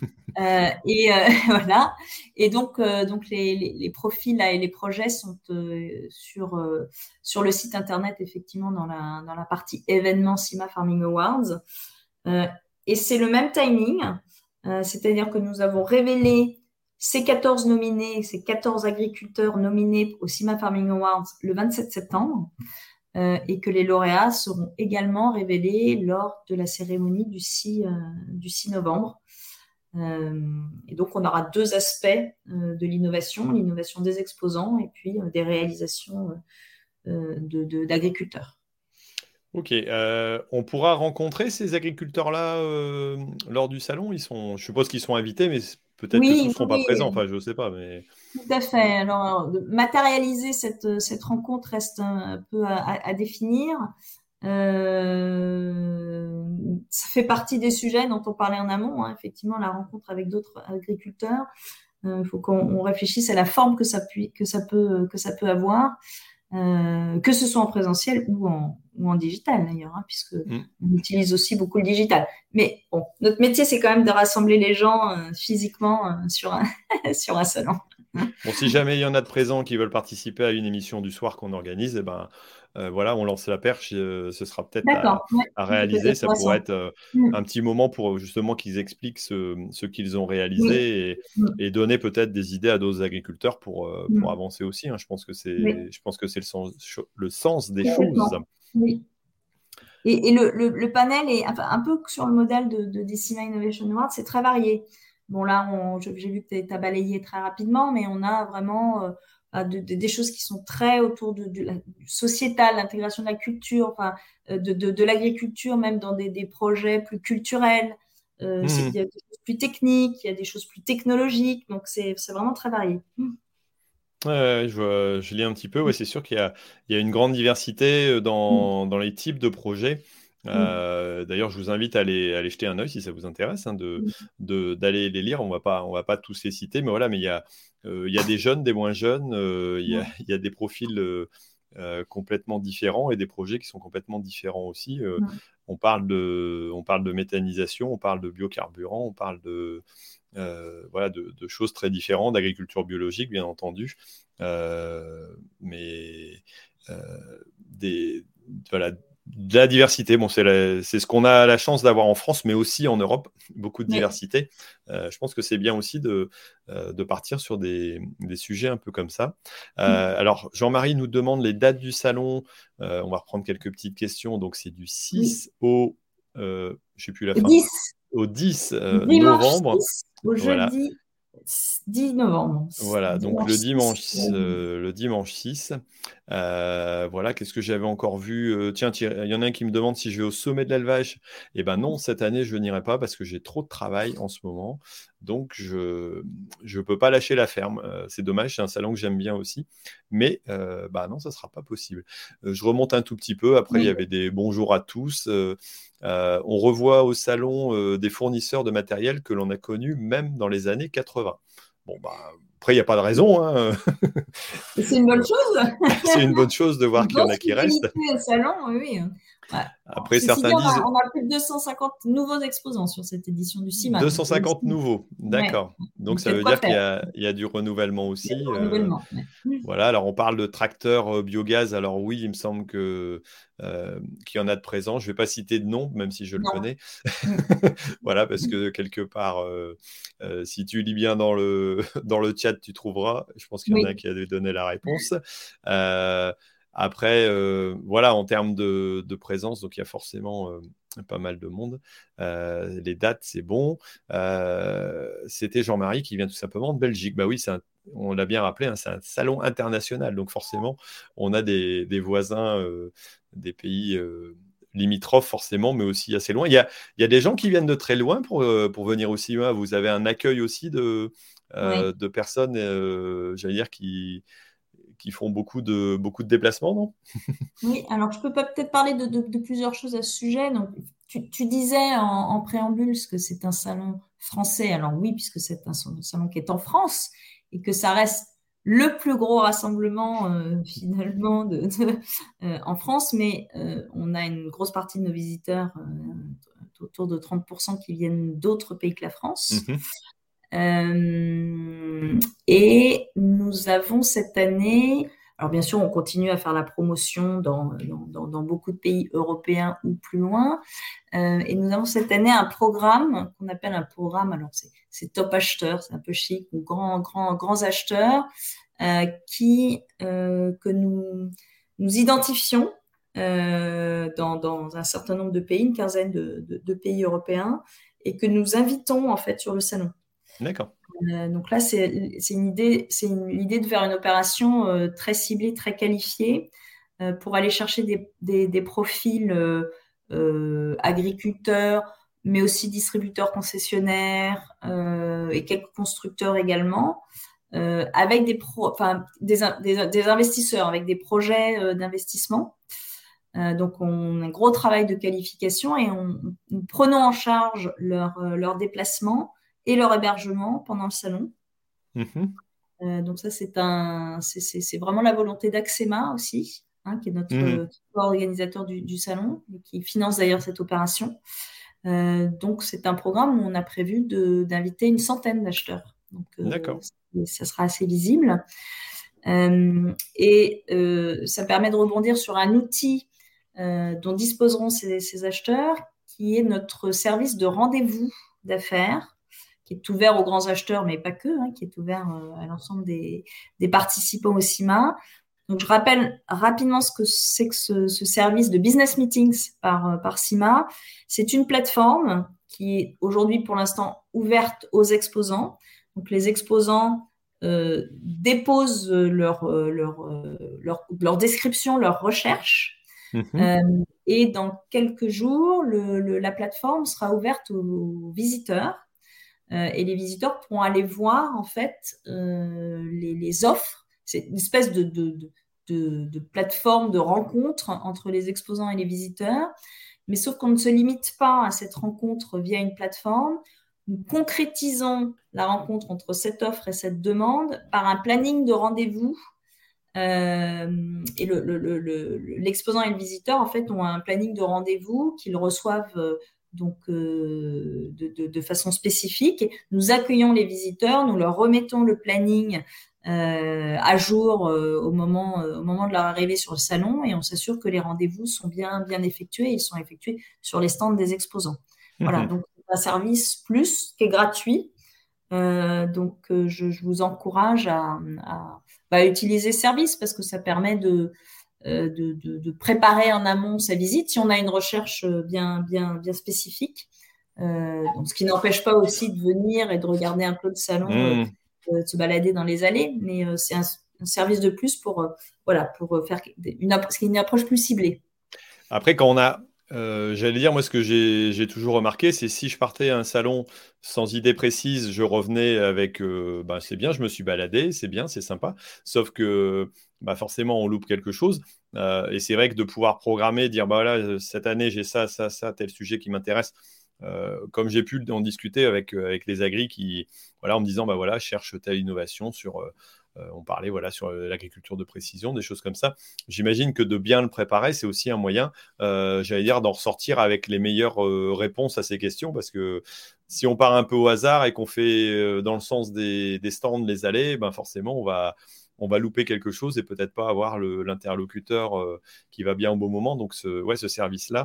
Voilà. Et donc les profils là, et les projets sont sur le site internet, effectivement, dans la partie événements CIMA Farming Awards. Euh, et c'est le même timing, c'est-à-dire que nous avons révélé ces 14 nominés, ces 14 agriculteurs nominés au CIMA Farming Awards le 27 septembre. Et que les lauréats seront également révélés lors de la cérémonie du 6 novembre. Et donc, on aura 2 aspects de l'innovation des exposants et puis des réalisations d'agriculteurs. Ok, on pourra rencontrer ces agriculteurs-là lors du salon. Je suppose qu'ils sont invités, mais peut-être que tous ne Oui, seront pas oui, présents. Enfin, je ne sais pas, mais tout à fait. Alors, matérialiser cette rencontre reste un peu à définir. Ça fait partie des sujets dont on parlait en amont, hein, effectivement, la rencontre avec d'autres agriculteurs. Il faut qu'on réfléchisse à la forme que ça peut avoir. Que ce soit en présentiel ou en digital d'ailleurs, hein, puisque hmm. on utilise aussi beaucoup le digital. Mais bon, notre métier, c'est quand même de rassembler les gens physiquement sur un salon. Bon, si jamais il y en a de présents qui veulent participer à une émission du soir qu'on organise, eh ben, voilà, on lance la perche. Ce sera peut-être D'accord, ouais, à ça peut être réaliser. Ça pourrait intéressant. être Mm, un petit moment pour justement qu'ils expliquent ce qu'ils ont oui, réalisé mm, et donner peut-être des idées à d'autres agriculteurs pour mm, avancer aussi, hein. oui, Je pense que c'est le sens des choses. complètement. Oui. Et le panel est enfin, un peu sur le modèle de Decima Innovation Award, c'est très varié. Bon, là, j'ai vu que tu as balayé très rapidement, mais on a vraiment des choses qui sont très autour de la du sociétal, l'intégration de la culture, enfin, de l'agriculture, même dans des projets plus culturels. Il y a des choses plus techniques, il y a des choses plus technologiques, donc c'est vraiment très varié. Ouais, ouais, je lis un petit peu. Ouais, c'est sûr qu'il y a une grande diversité Mm, dans les types de projets. mm, D'ailleurs, je vous invite à aller jeter un œil si ça vous intéresse, hein, mm, d'aller les lire. On va pas tous les citer, mais voilà, mais il y a des jeunes, des moins jeunes, mm, il y a des profils complètement différents et des projets qui sont complètement différents aussi. mm, On parle de méthanisation, on parle de biocarburant, on parle voilà, de choses très différentes, d'agriculture biologique, bien entendu, mais euh, voilà, de la diversité. Bon, c'est ce qu'on a la chance d'avoir en France, mais aussi en Europe, beaucoup de Oui. diversité. Je pense que c'est bien aussi de partir sur des sujets un peu comme ça. Alors, Jean-Marie nous demande les dates du salon. On va reprendre quelques petites questions. Donc, c'est du Oui. 6 au, je sais plus la Le fin, 10, au 10 dimanche novembre. 6 au Voilà. jeudi 10 novembre. Voilà, donc Dimanche 6. le dimanche 6. Voilà, qu'est-ce que j'avais encore vu? Tiens, il y en a un qui me demande si je vais au sommet de l'élevage. Eh ben non, cette année, je n'irai pas parce que j'ai trop de travail en ce moment. Donc, je peux pas lâcher la ferme. C'est dommage, c'est un salon que j'aime bien aussi. Mais bah non, ça sera pas possible. Je remonte un tout petit peu. Après, il y Oui. avait des bonjours à tous. On revoit au salon des fournisseurs de matériel que l'on a connus même dans les années 80. Bon, bah, après, il n'y a pas de raison, hein. Et c'est une bonne chose. C'est une bonne chose de voir Une qu'il y en grosse a qui restent. fidélité au salon, oui. Oui. Ouais. Après, Ceci dit, certains disent on a plus de 250 nouveaux exposants sur cette édition du CIMA. Donc, 250 nouveaux. ouais. D'accord. Donc, Donc, il y ça a de veut quoi dire faire. il y a du renouvellement Il y a aussi. du renouvellement. Ouais. Voilà, alors on parle de tracteurs biogaz. Alors oui, il me semble qu'il y en a de présents. Je ne vais pas citer de nom, même si je le Non. connais. Voilà, parce que quelque part, si tu lis bien dans le chat, tu trouveras. Je pense qu'il y en a un Oui. qui a donné la réponse. Euh, Après, voilà, en termes de présence, donc il y a forcément pas mal de monde. Les dates, c'est bon. C'était Jean-Marie qui vient tout simplement de Belgique. Bah oui, on l'a bien rappelé, hein, c'est un salon international. Donc forcément, on a des voisins des pays limitrophes, forcément, mais aussi assez loin. Il y a des gens qui viennent de très loin pour venir aussi. Hein. Vous avez un accueil aussi Oui. de personnes, j'allais dire, qui font beaucoup de déplacements, non? Oui, alors je peux peut-être parler de plusieurs choses à ce sujet. Donc, tu disais en préambule que c'est un salon français. Alors oui, puisque c'est un salon qui est en France et que ça reste le plus gros rassemblement finalement en France, mais on a une grosse partie de nos visiteurs, autour de 30% qui viennent d'autres pays que la France. Mhm. Et nous avons cette année, alors bien sûr, on continue à faire la promotion dans beaucoup de pays européens ou plus loin. Et nous avons cette année un programme qu'on appelle un programme, alors c'est top acheteurs, c'est un peu chic, ou grands acheteurs, que nous identifions dans un certain nombre de pays, une quinzaine de pays européens, et que nous invitons en fait sur le salon. D'accord. Donc là, c'est l'idée de faire une opération très ciblée, très qualifiée, pour aller chercher des profils agriculteurs, mais aussi distributeurs concessionnaires et quelques constructeurs également, avec des investisseurs, avec des projets d'investissement. Donc, on a un gros travail de qualification et nous prenons en charge leur déplacement et leur hébergement pendant le salon. Mhm. Donc ça, c'est vraiment la volonté d'Axema aussi, hein, qui est Mhm. notre organisateur du salon et qui finance d'ailleurs cette opération. Donc c'est un programme où on a prévu d'inviter une centaine d'acheteurs. Donc D'accord. ça sera assez visible. Et ça permet de rebondir sur un outil dont disposeront ces acheteurs, qui est notre service de rendez-vous d'affaires, qui est ouvert aux grands acheteurs, mais pas que, hein, qui est ouvert à l'ensemble des participants au CIMA. Donc, je rappelle rapidement ce que c'est que ce service de business meetings par CIMA. C'est une plateforme qui est aujourd'hui, pour l'instant, ouverte aux exposants. Donc, les exposants déposent leur description, leur recherche. Mhm. Et dans quelques jours, la plateforme sera ouverte aux visiteurs. Et les visiteurs pourront aller voir en fait les offres. C'est une espèce de plateforme de rencontre entre les exposants et les visiteurs. Mais sauf qu'on ne se limite pas à cette rencontre via une plateforme. Nous concrétisons la rencontre entre cette offre et cette demande par un planning de rendez-vous. Et l'exposant et le visiteur, en fait, ont un planning de rendez-vous qu'ils reçoivent de façon spécifique. Nous accueillons les visiteurs, nous leur remettons le planning à jour au moment de leur arrivée sur le salon, et on s'assure que les rendez-vous sont bien effectués. Ils sont effectués sur les stands des exposants. Voilà, donc un service plus qui est gratuit. Je vous encourage à utiliser ce service parce que ça permet de préparer en amont sa visite si on a une recherche bien spécifique. Donc, ce qui n'empêche pas aussi de venir et de regarder un peu le salon, de se balader dans les allées, mais c'est un service de plus pour faire une approche plus ciblée. Après, quand on a, j'allais dire, moi, ce que j'ai toujours remarqué, c'est si je partais à un salon sans idée précise, je revenais avec, c'est bien, je me suis baladé, c'est bien, c'est sympa. Sauf que, forcément, on loupe quelque chose. Et c'est vrai que de pouvoir programmer, dire, voilà, cette année, j'ai ça, tel sujet qui m'intéresse. Comme j'ai pu en discuter avec les agris qui, voilà, en me disant, voilà, cherche telle innovation sur, on parlait voilà, sur l'agriculture de précision, des choses comme ça. J'imagine que de bien le préparer, c'est aussi un moyen, j'allais dire, d'en ressortir avec les meilleures réponses à ces questions, parce que si on part un peu au hasard et qu'on fait dans le sens des stands, les allées, forcément, on va louper quelque chose et peut-être pas avoir l'interlocuteur qui va bien au bon moment. Donc, ce service-là,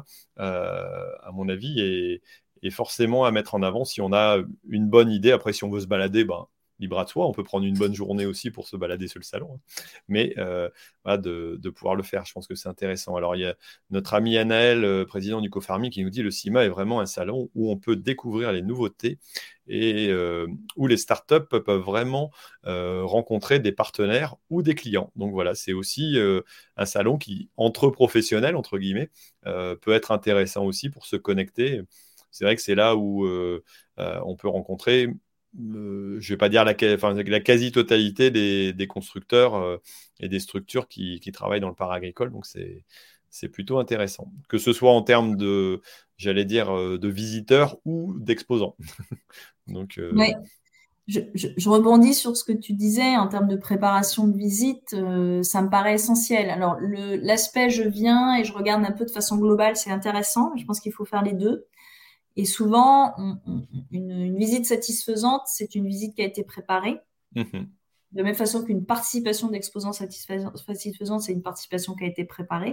à mon avis, est forcément à mettre en avant si on a une bonne idée. Après, si on veut se balader, libre à soi. On peut prendre une bonne journée aussi pour se balader sur le salon. Mais voilà, de pouvoir le faire, je pense que c'est intéressant. Alors, il y a notre ami Anaël, président du Cofarming, qui nous dit le CIMA est vraiment un salon où on peut découvrir les nouveautés et où les startups peuvent vraiment rencontrer des partenaires ou des clients. Donc voilà, c'est aussi un salon qui, entre professionnels, entre guillemets, peut être intéressant aussi pour se connecter. C'est vrai que c'est là où on peut rencontrer, je ne vais pas dire la quasi-totalité des constructeurs et des structures qui travaillent dans le paragricole. Donc, c'est plutôt intéressant. Que ce soit en termes de, j'allais dire, de visiteurs ou d'exposants. Donc, Ouais. Je rebondis sur ce que tu disais en termes de préparation de visite, ça me paraît essentiel. Alors, l'aspect je viens et je regarde un peu de façon globale, c'est intéressant. Je pense qu'il faut faire les deux. Et souvent, une visite satisfaisante, c'est une visite qui a été préparée. De la même façon qu'une participation d'exposants satisfaisante, c'est une participation qui a été préparée.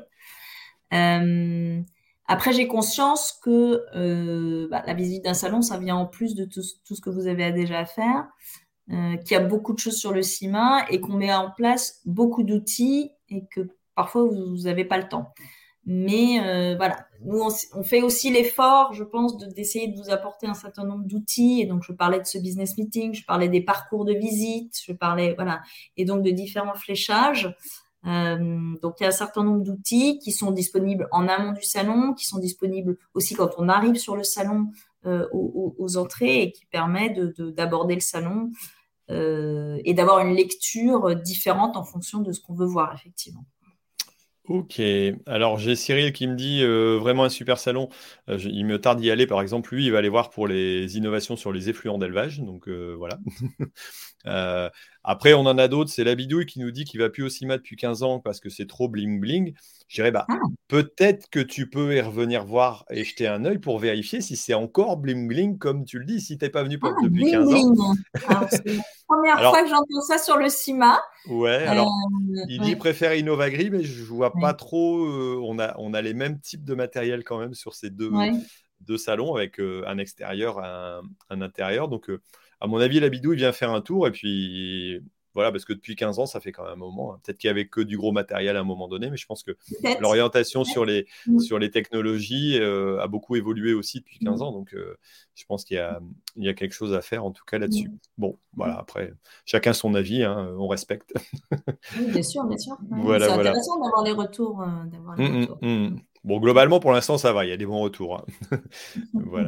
Après, j'ai conscience que la visite d'un salon, ça vient en plus de tout ce que vous avez déjà à faire, qu'il y a beaucoup de choses sur le CIMA et qu'on met en place beaucoup d'outils et que parfois, vous n'avez pas le temps. Mais voilà, nous, on fait aussi l'effort, je pense, d'essayer de vous apporter un certain nombre d'outils. Et donc, je parlais de ce business meeting, je parlais des parcours de visite, voilà, et donc de différents fléchages. Donc, il y a un certain nombre d'outils qui sont disponibles en amont du salon, qui sont disponibles aussi quand on arrive sur le salon aux entrées et qui permet d'aborder le salon et d'avoir une lecture différente en fonction de ce qu'on veut voir, effectivement. Ok, alors j'ai Cyril qui me dit vraiment un super salon. Il me tarde d'y aller, par exemple. Lui, il va aller voir pour les innovations sur les effluents d'élevage. Donc voilà. Après, on en a d'autres. C'est la Bidouille qui nous dit qu'il va plus au CIMA depuis 15 ans parce que c'est trop bling bling. Je dirais, peut-être que tu peux y revenir voir et jeter un œil pour vérifier si c'est encore bling bling comme tu le dis, si tu n'es pas venu depuis 15 ans. Alors, c'est la première fois que j'entends ça sur le CIMA. Ouais, alors il dit préfère Innovagri, mais je vois pas trop. On a les mêmes types de matériel quand même sur ces deux salons avec un extérieur, un intérieur. Donc, à mon avis, la Bidouille vient faire un tour et puis voilà, parce que depuis 15 ans, ça fait quand même un moment. Hein. Peut-être qu'il y avait que du gros matériel à un moment donné, mais je pense que l'orientation sur les technologies a beaucoup évolué aussi depuis 15 ans. Donc, je pense qu'il y a quelque chose à faire en tout cas là-dessus. Bon, voilà, après, chacun son avis, hein, on respecte. Oui, bien sûr, bien sûr. Voilà, c'est intéressant d'avoir les retours. Bon, globalement, pour l'instant, ça va, il y a des bons retours. Hein. Voilà.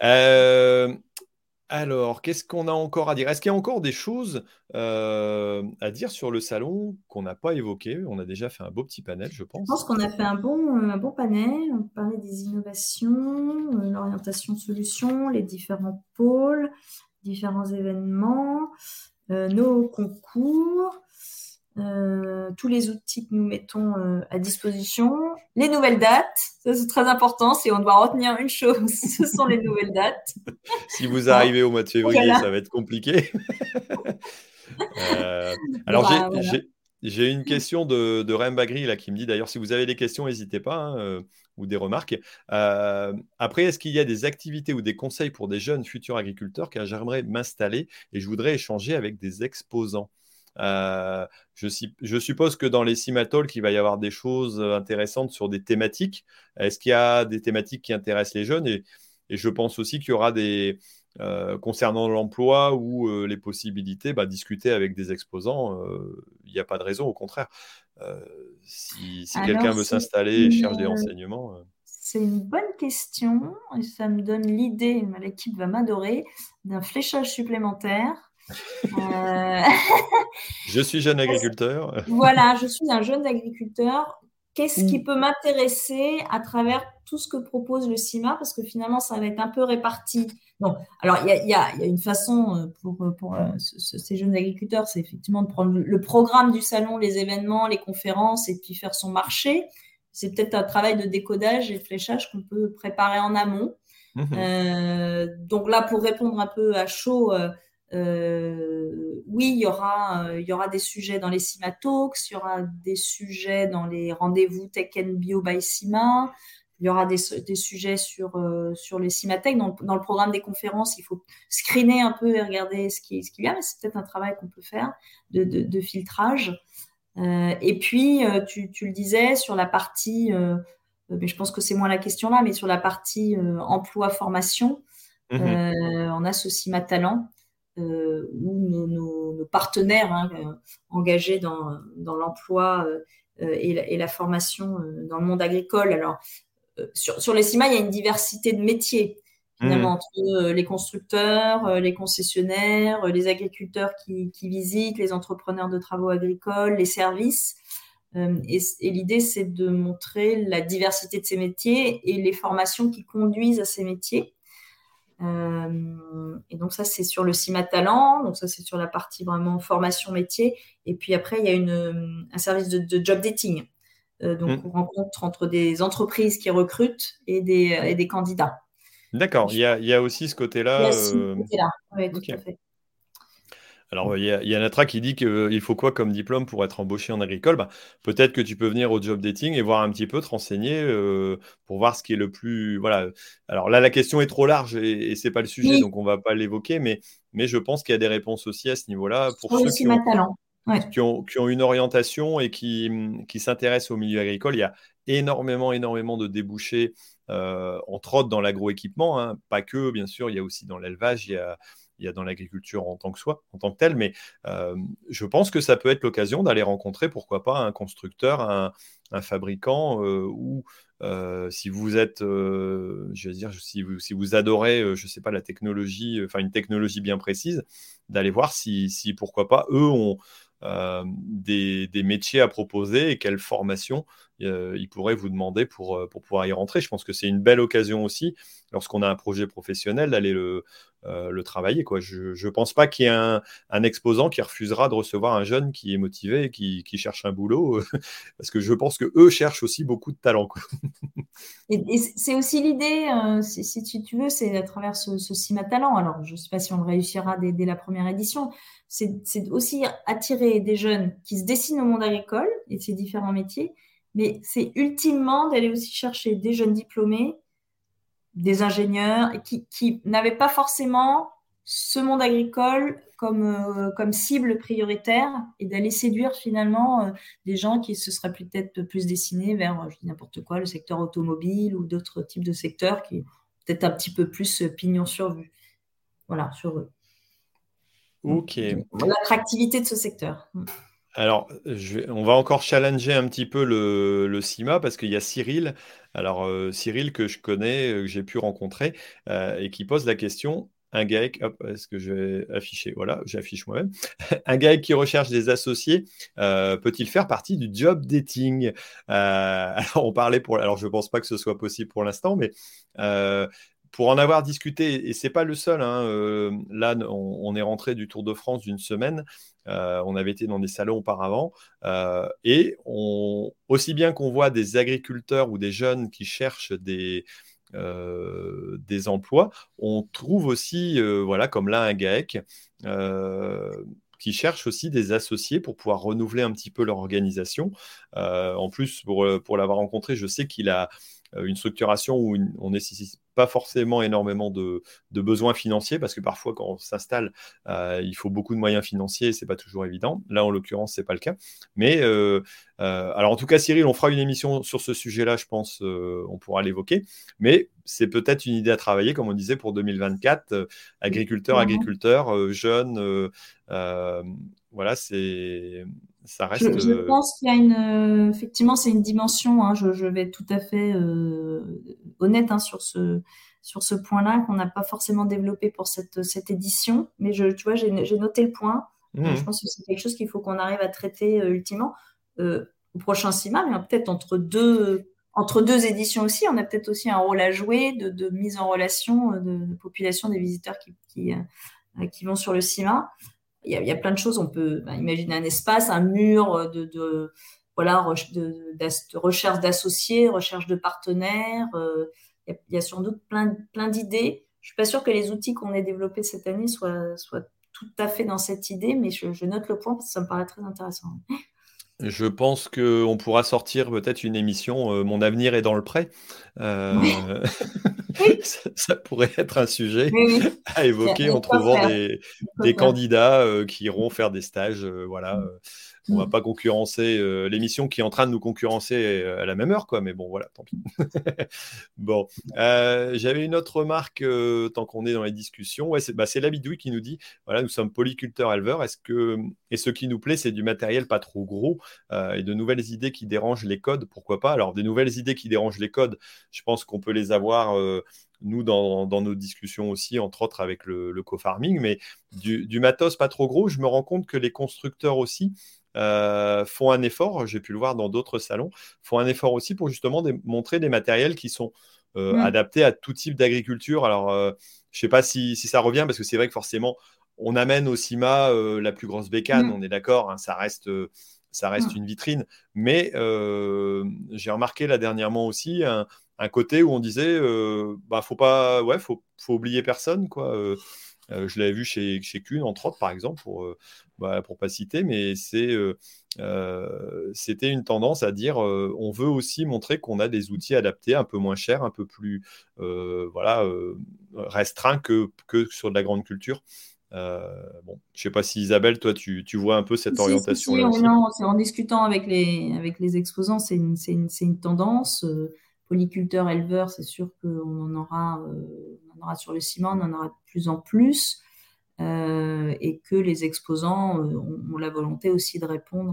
Alors, qu'est-ce qu'on a encore à dire? Est-ce qu'il y a encore des choses à dire sur le salon qu'on n'a pas évoquées? On a déjà fait un beau petit panel, je pense. Je pense qu'on a fait un bon panel. On parlait des innovations, l'orientation solutions, les différents pôles, différents événements, nos concours, tous les outils que nous mettons à disposition, les nouvelles dates. Ça, c'est très important. Si on doit retenir une chose, ce sont les nouvelles dates. Si vous arrivez au mois de février, ça va être compliqué. Euh, Bon, alors, bah, voilà. j'ai une question de Rem Bagri là, qui me dit d'ailleurs, si vous avez des questions, n'hésitez pas, hein, ou des remarques. Après, est-ce qu'il y a des activités ou des conseils pour des jeunes futurs agriculteurs car j'aimerais m'installer et je voudrais échanger avec des exposants? Euh, je suppose que dans les Cimatalks, il va y avoir des choses intéressantes sur des thématiques. Est-ce qu'il y a des thématiques qui intéressent les jeunes? Et je pense aussi qu'il y aura concernant l'emploi ou les possibilités, bah, discuter avec des exposants, il n'y a pas de raison, au contraire. Euh, si Alors, quelqu'un veut s'installer et cherche des renseignements. c'est une bonne question et ça me donne l'idée, l'équipe va m'adorer, d'un fléchage supplémentaire. Euh, Je suis jeune agriculteur. Voilà, je suis un jeune agriculteur. Qu'est-ce qui Ou- peut m'intéresser à travers tout ce que propose le CIMA? Parce que finalement, ça va être un peu réparti. Donc, alors, il y a une façon pour ces jeunes agriculteurs, c'est effectivement de prendre le programme du salon, les événements, les conférences, et puis faire son marché. C'est peut-être un travail de décodage et de fléchage qu'on peut préparer en amont. Mhm, Donc là, pour répondre un peu à chaud, oui, il y aura des sujets dans les CIMA Talks, il y aura des sujets dans les rendez-vous Tech and Bio by CIMA, il y aura des sujets sur les CIMATech. Dans le programme des conférences, il faut screener un peu et regarder ce qui vient, mais c'est peut-être un travail qu'on peut faire de filtrage. Et puis, tu le disais, sur la partie, mais je pense que c'est moins la question là, mais sur la partie emploi-formation, mhm. on a ce CIMA Talent où nos partenaires, hein, engagés dans l'emploi et la formation dans le monde agricole. Alors, sur les CIMA, il y a une diversité de métiers, finalement, Mhm. entre les constructeurs, les concessionnaires, les agriculteurs qui visitent, les entrepreneurs de travaux agricoles, les services. Et l'idée, c'est de montrer la diversité de ces métiers et les formations qui conduisent à ces métiers. Et donc ça, c'est sur le CIMA Talent. Donc ça, c'est sur la partie vraiment formation métier. Et puis après, il y a un service de job dating. Donc Mhm. on rencontre entre des entreprises qui recrutent et des candidats. Et D'accord, je- il y a aussi ce Il y côté-là. a ce côté-là. Oui, tout Ok. à fait. Alors, il y a Natra qui dit qu'il faut quoi comme diplôme pour être embauché en agricole? Bah, peut-être que tu peux venir au job dating et voir un petit peu, te renseigner pour voir ce qui est le plus. Voilà. Alors là, la question est trop large et c'est pas le sujet, Oui, donc on va pas l'évoquer, mais je pense qu'il y a des réponses aussi à ce niveau-là pour sur le ceux CIMA Talent. Ouais. qui ont une orientation et qui s'intéressent au milieu agricole. Il y a énormément de débouchés, entre autres dans l'agroéquipement, hein, pas que, bien sûr, il y a aussi dans l'élevage, il y a dans l'agriculture en tant que telle, mais je pense que ça peut être l'occasion d'aller rencontrer, pourquoi pas, un constructeur, un fabricant, ou si vous êtes, je veux dire, si vous adorez, je ne sais pas, la technologie, enfin une technologie bien précise, d'aller voir si pourquoi pas, eux ont des métiers à proposer et quelle formation ils pourraient vous demander pour pouvoir y rentrer. Je pense que c'est une belle occasion aussi, lorsqu'on a un projet professionnel, d'aller le travailler, quoi. Je ne pense pas qu'il y ait un exposant qui refusera de recevoir un jeune qui est motivé et qui cherche un boulot, parce que je pense que eux cherchent aussi beaucoup de talent, quoi. Et c'est aussi l'idée, si tu veux, c'est à travers ce CIMA Talent. Alors, je ne sais pas si on le réussira dès la première édition. C'est aussi attirer des jeunes qui se dessinent au monde agricole et de ses différents métiers, mais c'est ultimement d'aller aussi chercher des jeunes diplômés, des ingénieurs qui n'avaient pas forcément ce monde agricole comme cible prioritaire et d'aller séduire finalement des gens qui se seraient peut-être plus destinés vers, je dis n'importe quoi, le secteur automobile ou d'autres types de secteurs qui peut-être un petit peu plus pignon sur rue. Voilà, sur eux. Ok. L'attractivité de ce secteur. Alors, on va encore challenger un petit peu le CIMA parce qu'il y a Cyril. Alors, Cyril que je connais, que j'ai pu rencontrer, et qui pose la question, un GAEC, hop, est-ce que je vais afficher? Voilà, j'affiche moi-même. Un GAEC qui recherche des associés, peut-il faire partie du job dating? Alors, alors je ne pense pas que ce soit possible pour l'instant, mais pour en avoir discuté, et c'est pas le seul, hein, là, on est rentré du Tour de France d'une semaine. On avait été dans des salons auparavant, aussi bien qu'on voit des agriculteurs ou des jeunes qui cherchent des emplois, on trouve aussi, voilà, comme là, un GAEC, euh, qui cherchent aussi des associés pour pouvoir renouveler un petit peu leur organisation. En plus, pour l'avoir rencontré, je sais qu'il a une structuration où on nécessite pas forcément énormément de besoins financiers, parce que parfois, quand on s'installe, il faut beaucoup de moyens financiers et c'est pas toujours évident. Là, en l'occurrence, c'est pas le cas. Mais alors, en tout cas, Cyril, on fera une émission sur ce sujet-là, je pense, on pourra l'évoquer. Mais c'est peut-être une idée à travailler, comme on disait, pour 2024, agriculteurs, jeunes, voilà, ça reste. Je pense qu'il y a effectivement, c'est une dimension, hein, je vais être tout à fait honnête, hein, sur ce point-là qu'on n'a pas forcément développé pour cette édition. Mais tu vois, j'ai noté le point. Je pense que c'est quelque chose qu'il faut qu'on arrive à traiter ultimement au prochain CIMA, mais peut-être entre deux éditions aussi, on a peut-être aussi un rôle à jouer de mise en relation de population des visiteurs qui vont sur le CIMA. Il y a plein de choses. On peut imaginer un espace, un mur voilà, de recherche d'associés, recherche de partenaires. Il y a sans doute plein d'idées. Je suis pas sûre que les outils qu'on ait développés cette année soient tout à fait dans cette idée, mais je note le point parce que ça me paraît très intéressant. Je pense qu'on pourra sortir peut-être une émission, Mon avenir est dans le prêt. Oui, Ça pourrait être un sujet oui. à évoquer en Quoi trouvant faire. des candidats qui iront faire des stages. Voilà. On va Mm. pas concurrencer l'émission qui est en train de nous concurrencer à la même heure, quoi. Mais bon, voilà, tant pis. Bon, j'avais une autre remarque tant qu'on est dans les discussions. Ouais, c'est Labidouille qui nous dit, voilà, nous sommes polyculteurs éleveurs. Et ce qui nous plaît, c'est du matériel pas trop gros et de nouvelles idées qui dérangent les codes, pourquoi pas. Alors, des nouvelles idées qui dérangent les codes, je pense qu'on peut les avoir, nous, dans nos discussions aussi, entre autres avec le co-farming, mais du matos pas trop gros, je me rends compte que les constructeurs aussi font un effort, j'ai pu le voir dans d'autres salons, font un effort aussi pour justement montrer des matériels qui sont adaptés à tout type d'agriculture. Alors, je ne sais pas si ça revient, parce que c'est vrai que forcément, on amène au CIMA la plus grosse bécane, on est d'accord, hein, ça reste une vitrine. Mais j'ai remarqué là dernièrement aussi un côté où on disait, faut oublier personne, quoi. Je l'avais vu chez Kuhn, entre autres, par exemple, pour pas citer, mais c'était une tendance à dire, on veut aussi montrer qu'on a des outils adaptés, un peu moins chers, un peu plus restreints que sur de la grande culture. Bon, je sais pas si Isabelle, toi, tu vois un peu cette Si, orientation-là aussi. non, c'est en discutant avec les exposants, c'est une tendance. Polyculteurs, éleveurs, c'est sûr qu'on on en aura sur le ciment, on en aura de plus en plus. Et que les exposants ont la volonté aussi de répondre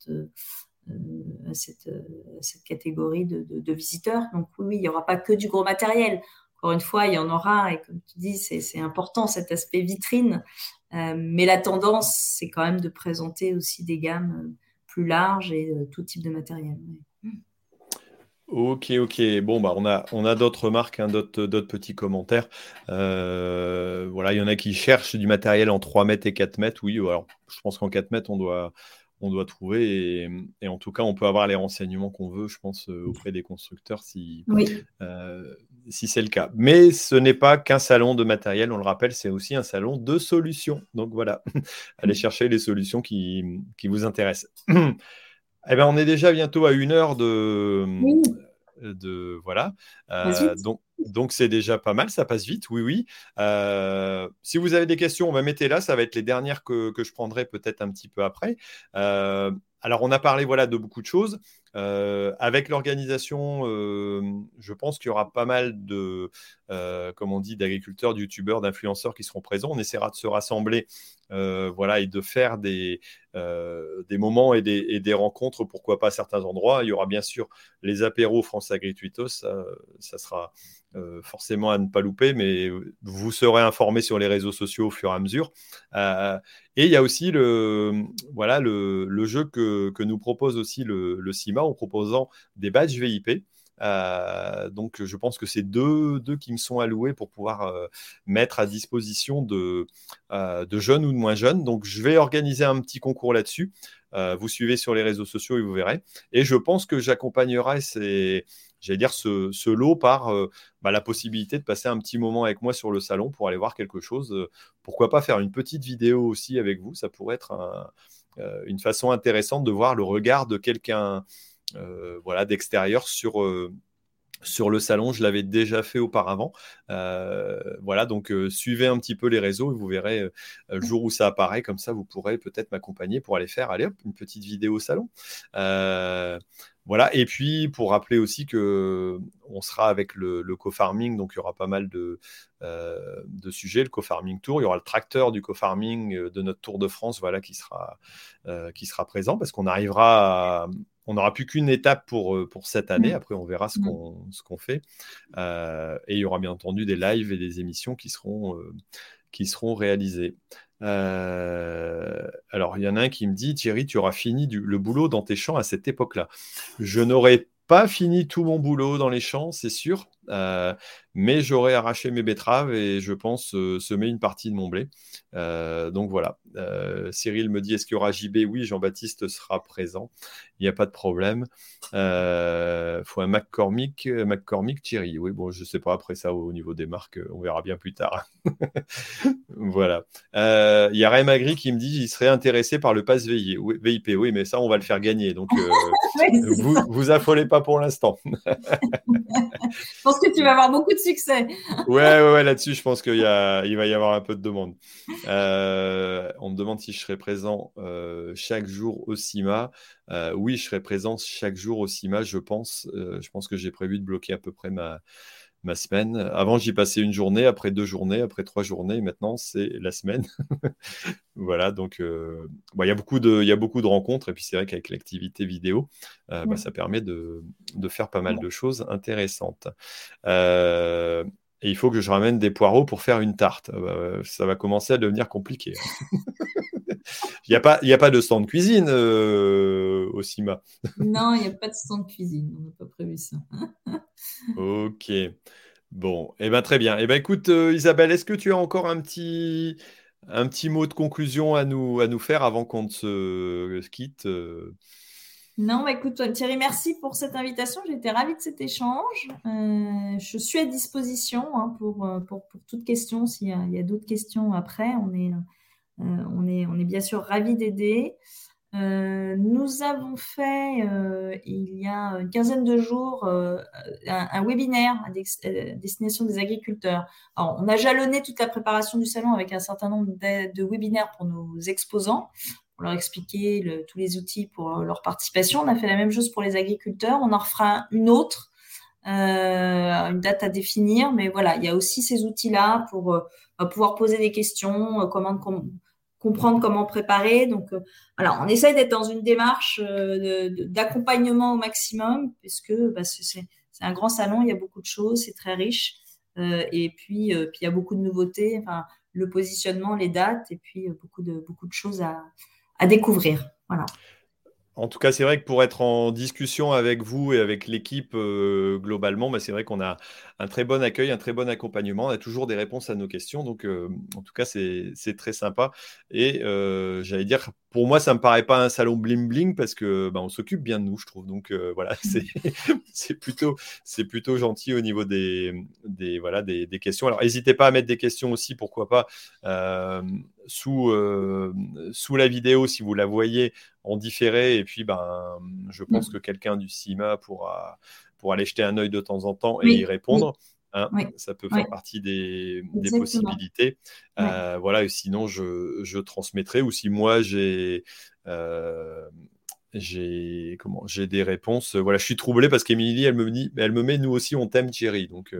à cette catégorie de visiteurs. Donc oui, il n'y aura pas que du gros matériel. Encore une fois, il y en aura, et comme tu dis, c'est important cet aspect vitrine. Mais la tendance, c'est quand même de présenter aussi des gammes plus larges et tout type de matériel. Oui. Ok, ok. Bon, bah, on a d'autres remarques, hein, d'autres petits commentaires. Voilà, il y en a qui cherchent du matériel en 3 mètres et 4 mètres. Oui, alors, je pense qu'en 4 mètres, on doit trouver. Et en tout cas, on peut avoir les renseignements qu'on veut, je pense, auprès des constructeurs Oui. si c'est le cas. Mais ce n'est pas qu'un salon de matériel, on le rappelle, c'est aussi un salon de solutions. Donc voilà, allez chercher les solutions qui vous intéressent. Eh ben, on est déjà bientôt à 1 heure Oui, voilà. vas-y. Donc c'est déjà pas mal, ça passe vite, oui, oui. Si vous avez des questions, on va mettre là, ça va être les dernières que je prendrai peut-être un petit peu après. Alors on a parlé voilà de beaucoup de choses. Avec l'organisation, je pense qu'il y aura pas mal comme on dit, d'agriculteurs, de youtubeurs, d'influenceurs qui seront présents. On essaiera de se rassembler, voilà, et de faire des moments et des rencontres, pourquoi pas à certains endroits. Il y aura bien sûr les apéros France Agrituitos, ça sera forcément à ne pas louper, mais vous serez informés sur les réseaux sociaux au fur et à mesure. Et il y a aussi le jeu que nous propose aussi le CIMA en proposant des badges VIP. Donc, je pense que c'est deux qui me sont alloués pour pouvoir mettre à disposition de jeunes ou de moins jeunes. Donc, je vais organiser un petit concours là-dessus. Vous suivez sur les réseaux sociaux et vous verrez. Et je pense que j'accompagnerai ce lot par la possibilité de passer un petit moment avec moi sur le salon pour aller voir quelque chose. Pourquoi pas faire une petite vidéo aussi avec vous? Ça pourrait être une façon intéressante de voir le regard de quelqu'un d'extérieur sur le salon. Je l'avais déjà fait auparavant. Donc suivez un petit peu les réseaux et vous verrez le jour où ça apparaît. Comme ça, vous pourrez peut-être m'accompagner pour aller faire une petite vidéo au salon. Voilà. Et puis, pour rappeler aussi que on sera avec le co-farming, donc il y aura pas mal de sujets, le co-farming tour. Il y aura le tracteur du co-farming de notre Tour de France, voilà, qui sera présent parce qu'on arrivera on n'aura plus qu'une étape pour cette année. Après, on verra ce qu'on fait. Et il y aura bien entendu des lives et des émissions qui seront réalisées. Alors, il y en a un qui me dit, Thierry, tu auras fini le boulot dans tes champs à cette époque-là. Je n'aurai pas fini tout mon boulot dans les champs, c'est sûr, mais j'aurai arraché mes betteraves et je pense semer une partie de mon blé. Donc voilà. Cyril me dit, est-ce qu'il y aura JB? Oui, Jean-Baptiste sera présent. Il n'y a pas de problème. Faut un McCormick Thierry. Oui, bon, je ne sais pas après ça au niveau des marques, on verra bien plus tard. Voilà. Il y a Ray Magri qui me dit il serait intéressé par le pass VIP. Oui, mais ça, on va le faire gagner. Donc, vous affolez pas pour l'instant. Je pense que tu vas avoir beaucoup de succès. Ouais, là-dessus, je pense qu'il va y avoir un peu de demande. On me demande si je serai présent chaque jour au CIMA. Oui, je serai présent chaque jour au CIMA, je pense. Je pense que j'ai prévu de bloquer à peu près ma semaine. Avant, j'y passais une journée, après 2 journées, après 3 journées. Maintenant, c'est la semaine. Voilà, donc il y a beaucoup de rencontres. Et puis, c'est vrai qu'avec l'activité vidéo, ça permet de faire pas mal de choses intéressantes. Et il faut que je ramène des poireaux pour faire une tarte. Ça va commencer à devenir compliqué. Il n'y a pas de stand cuisine au CIMA. Non, il n'y a pas de stand cuisine. On n'a pas prévu ça. Ok. Bon, très bien. Écoute, Isabelle, est-ce que tu as encore un petit mot de conclusion à nous faire avant qu'on ne se quitte Non, écoute, Thierry, merci pour cette invitation. J'ai été ravie de cet échange. Je suis à disposition pour toute question. S'il y a d'autres questions après, on est bien sûr ravis d'aider. Nous avons fait, il y a une quinzaine de jours, un webinaire à destination des agriculteurs. Alors, on a jalonné toute la préparation du salon avec un certain nombre de webinaires pour nos exposants, pour leur expliquer tous les outils pour leur participation. On a fait la même chose pour les agriculteurs. On en refera une autre, une date à définir. Mais voilà, il y a aussi ces outils-là pour pouvoir poser des questions, comprendre comment préparer. Donc, voilà, on essaye d'être dans une démarche d'accompagnement au maximum, puisque c'est un grand salon, il y a beaucoup de choses, c'est très riche. Et puis, il y a beaucoup de nouveautés, enfin, le positionnement, les dates, et puis beaucoup de choses à découvrir. Voilà. En tout cas, c'est vrai que pour être en discussion avec vous et avec l'équipe globalement, c'est vrai qu'on a un très bon accueil, un très bon accompagnement. On a toujours des réponses à nos questions. Donc, en tout cas, c'est très sympa. Et j'allais dire, pour moi, ça ne me paraît pas un salon bling-bling parce que on s'occupe bien de nous, je trouve. Donc, voilà, c'est plutôt gentil au niveau des questions. Alors, n'hésitez pas à mettre des questions aussi, pourquoi pas, sous la vidéo si vous la voyez en différé, et puis je pense que quelqu'un du CIMA pourra aller jeter un œil de temps en temps et y répondre. Hein, ça peut faire partie des possibilités. Voilà, et sinon je transmettrai, ou si moi j'ai des réponses. Voilà, je suis troublé parce qu'Émilie, elle me met, nous aussi on t'aime Thierry, donc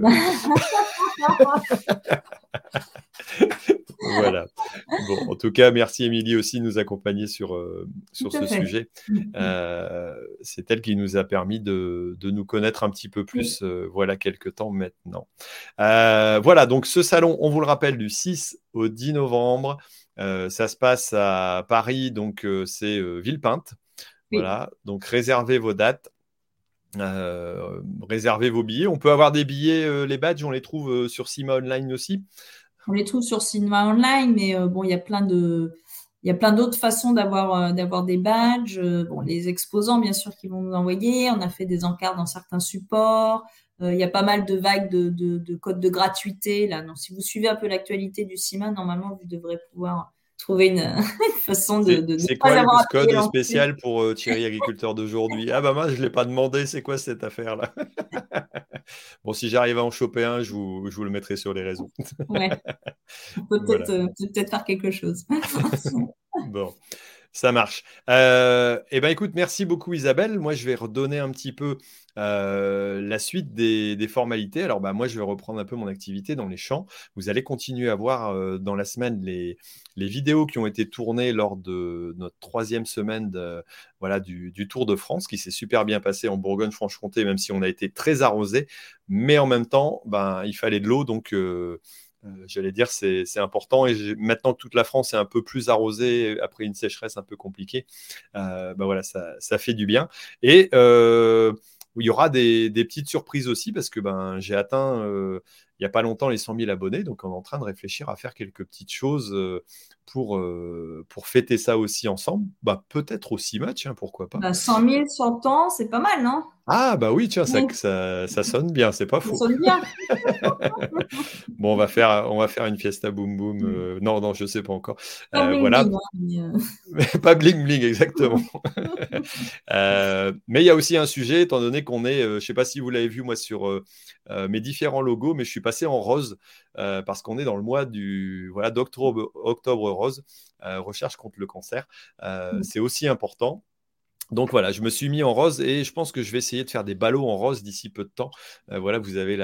voilà. Bon, en tout cas, merci Émilie aussi de nous accompagner sur ce sujet. C'est elle qui nous a permis de nous connaître un petit peu plus, voilà, quelques temps maintenant. Voilà, donc ce salon, on vous le rappelle, du 6 au 10 novembre. Ça se passe à Paris, donc c'est Villepinte. Voilà, donc réservez vos dates. Réservez vos billets. On peut avoir des billets, les badges, on les trouve sur Cima Online aussi. On les trouve sur Cinema Online, mais bon, il y a plein d'autres façons d'avoir des badges. Bon, les exposants, bien sûr, qui vont nous envoyer. On a fait des encarts dans certains supports. Il y a pas mal de vagues de codes de gratuité là. Donc, si vous suivez un peu l'actualité du CIMA, normalement, vous devrez pouvoir trouver une, une façon de ne C'est pas quoi le avoir à payer code l'entrée. spécial pour Thierry Agriculteur d'aujourd'hui? Ah bah moi, je ne l'ai pas demandé, c'est quoi cette affaire-là? Bon, si j'arrive à en choper un, je vous le mettrai sur les réseaux. Ouais, on peut Voilà. peut-être faire quelque chose. Bon. Ça marche. Eh ben, écoute, merci beaucoup Isabelle. Moi, je vais redonner un petit peu la suite des formalités. Alors, bah, moi, je vais reprendre un peu mon activité dans les champs. Vous allez continuer à voir dans la semaine les vidéos qui ont été tournées lors de notre 3e semaine voilà, du Tour de France, qui s'est super bien passé en Bourgogne-Franche-Comté, même si on a été très arrosé. Mais en même temps, ben, il fallait de l'eau, donc j'allais dire, c'est important. Et maintenant que toute la France est un peu plus arrosée après une sécheresse un peu compliquée, bah voilà, ça fait du bien. Et il y aura des petites surprises aussi parce que ben, j'ai atteint il n'y a pas longtemps les 100 000 abonnés. Donc, on est en train de réfléchir à faire quelques petites choses pour fêter ça aussi ensemble. Bah, peut-être aussi match, hein, pourquoi pas. Bah, 100 000, 100 ans, c'est pas mal, non? Ah, bah oui, tiens, ça, Oui, ça sonne bien, c'est pas ça faux. sonne bien. Bon, on va faire une fiesta boum boum. Non, non, je sais pas encore. Pas bling Voilà, bling, hein, pas bling bling, exactement. Mais il y a aussi un sujet, étant donné qu'on est, je ne sais pas si vous l'avez vu moi sur mes différents logos, mais je suis passé en rose parce qu'on est dans le mois voilà, octobre rose, recherche contre le cancer. C'est aussi important. Donc voilà, je me suis mis en rose et je pense que je vais essayer de faire des ballots en rose d'ici peu de temps. Voilà, vous avez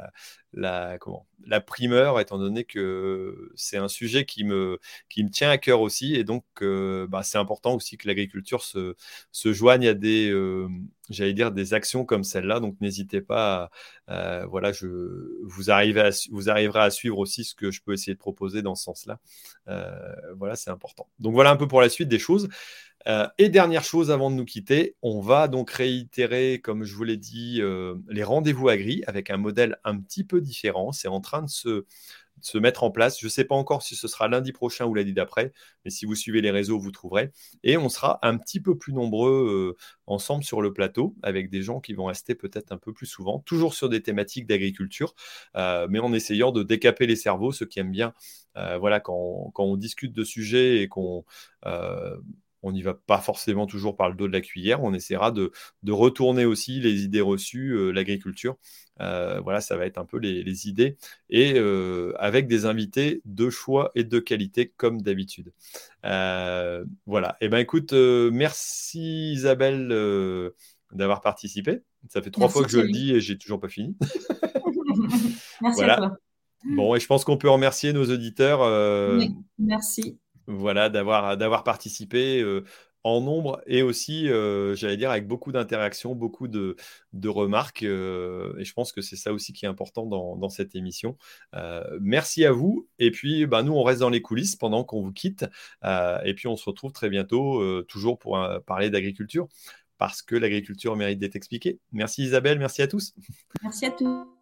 la primeur, étant donné que c'est un sujet qui me tient à cœur aussi. Et donc, bah, c'est important aussi que l'agriculture se joigne à j'allais dire, des actions comme celle-là. Donc, n'hésitez pas voilà, vous arriverez à suivre aussi ce que je peux essayer de proposer dans ce sens-là. Voilà, c'est important. Donc, voilà un peu pour la suite des choses. Et dernière chose avant de nous quitter, on va donc réitérer, comme je vous l'ai dit, les rendez-vous agri avec un modèle un petit peu différent. C'est en train de se mettre en place. Je ne sais pas encore si ce sera lundi prochain ou lundi d'après, mais si vous suivez les réseaux, vous trouverez. Et on sera un petit peu plus nombreux ensemble sur le plateau, avec des gens qui vont rester peut-être un peu plus souvent, toujours sur des thématiques d'agriculture, mais en essayant de décaper les cerveaux, ceux qui aiment bien, voilà, quand on discute de sujets et on n'y va pas forcément toujours par le dos de la cuillère. On essaiera de retourner aussi les idées reçues, l'agriculture. Voilà, ça va être un peu les idées. Et avec des invités de choix et de qualité, comme d'habitude. Voilà. Eh ben, écoute, merci Isabelle d'avoir participé. Ça fait 3 fois Merci que je le Thierry. dis et j'ai toujours pas fini. Merci à Voilà. toi. Bon, et je pense qu'on peut remercier nos auditeurs. Oui, merci. Voilà, d'avoir participé en nombre et aussi, j'allais dire, avec beaucoup d'interactions, beaucoup de remarques. Et je pense que c'est ça aussi qui est important dans cette émission. Merci à vous. Et puis, bah, nous, on reste dans les coulisses pendant qu'on vous quitte. Et puis, on se retrouve très bientôt, toujours pour parler d'agriculture, parce que l'agriculture mérite d'être expliquée. Merci Isabelle, merci à tous. Merci à tous.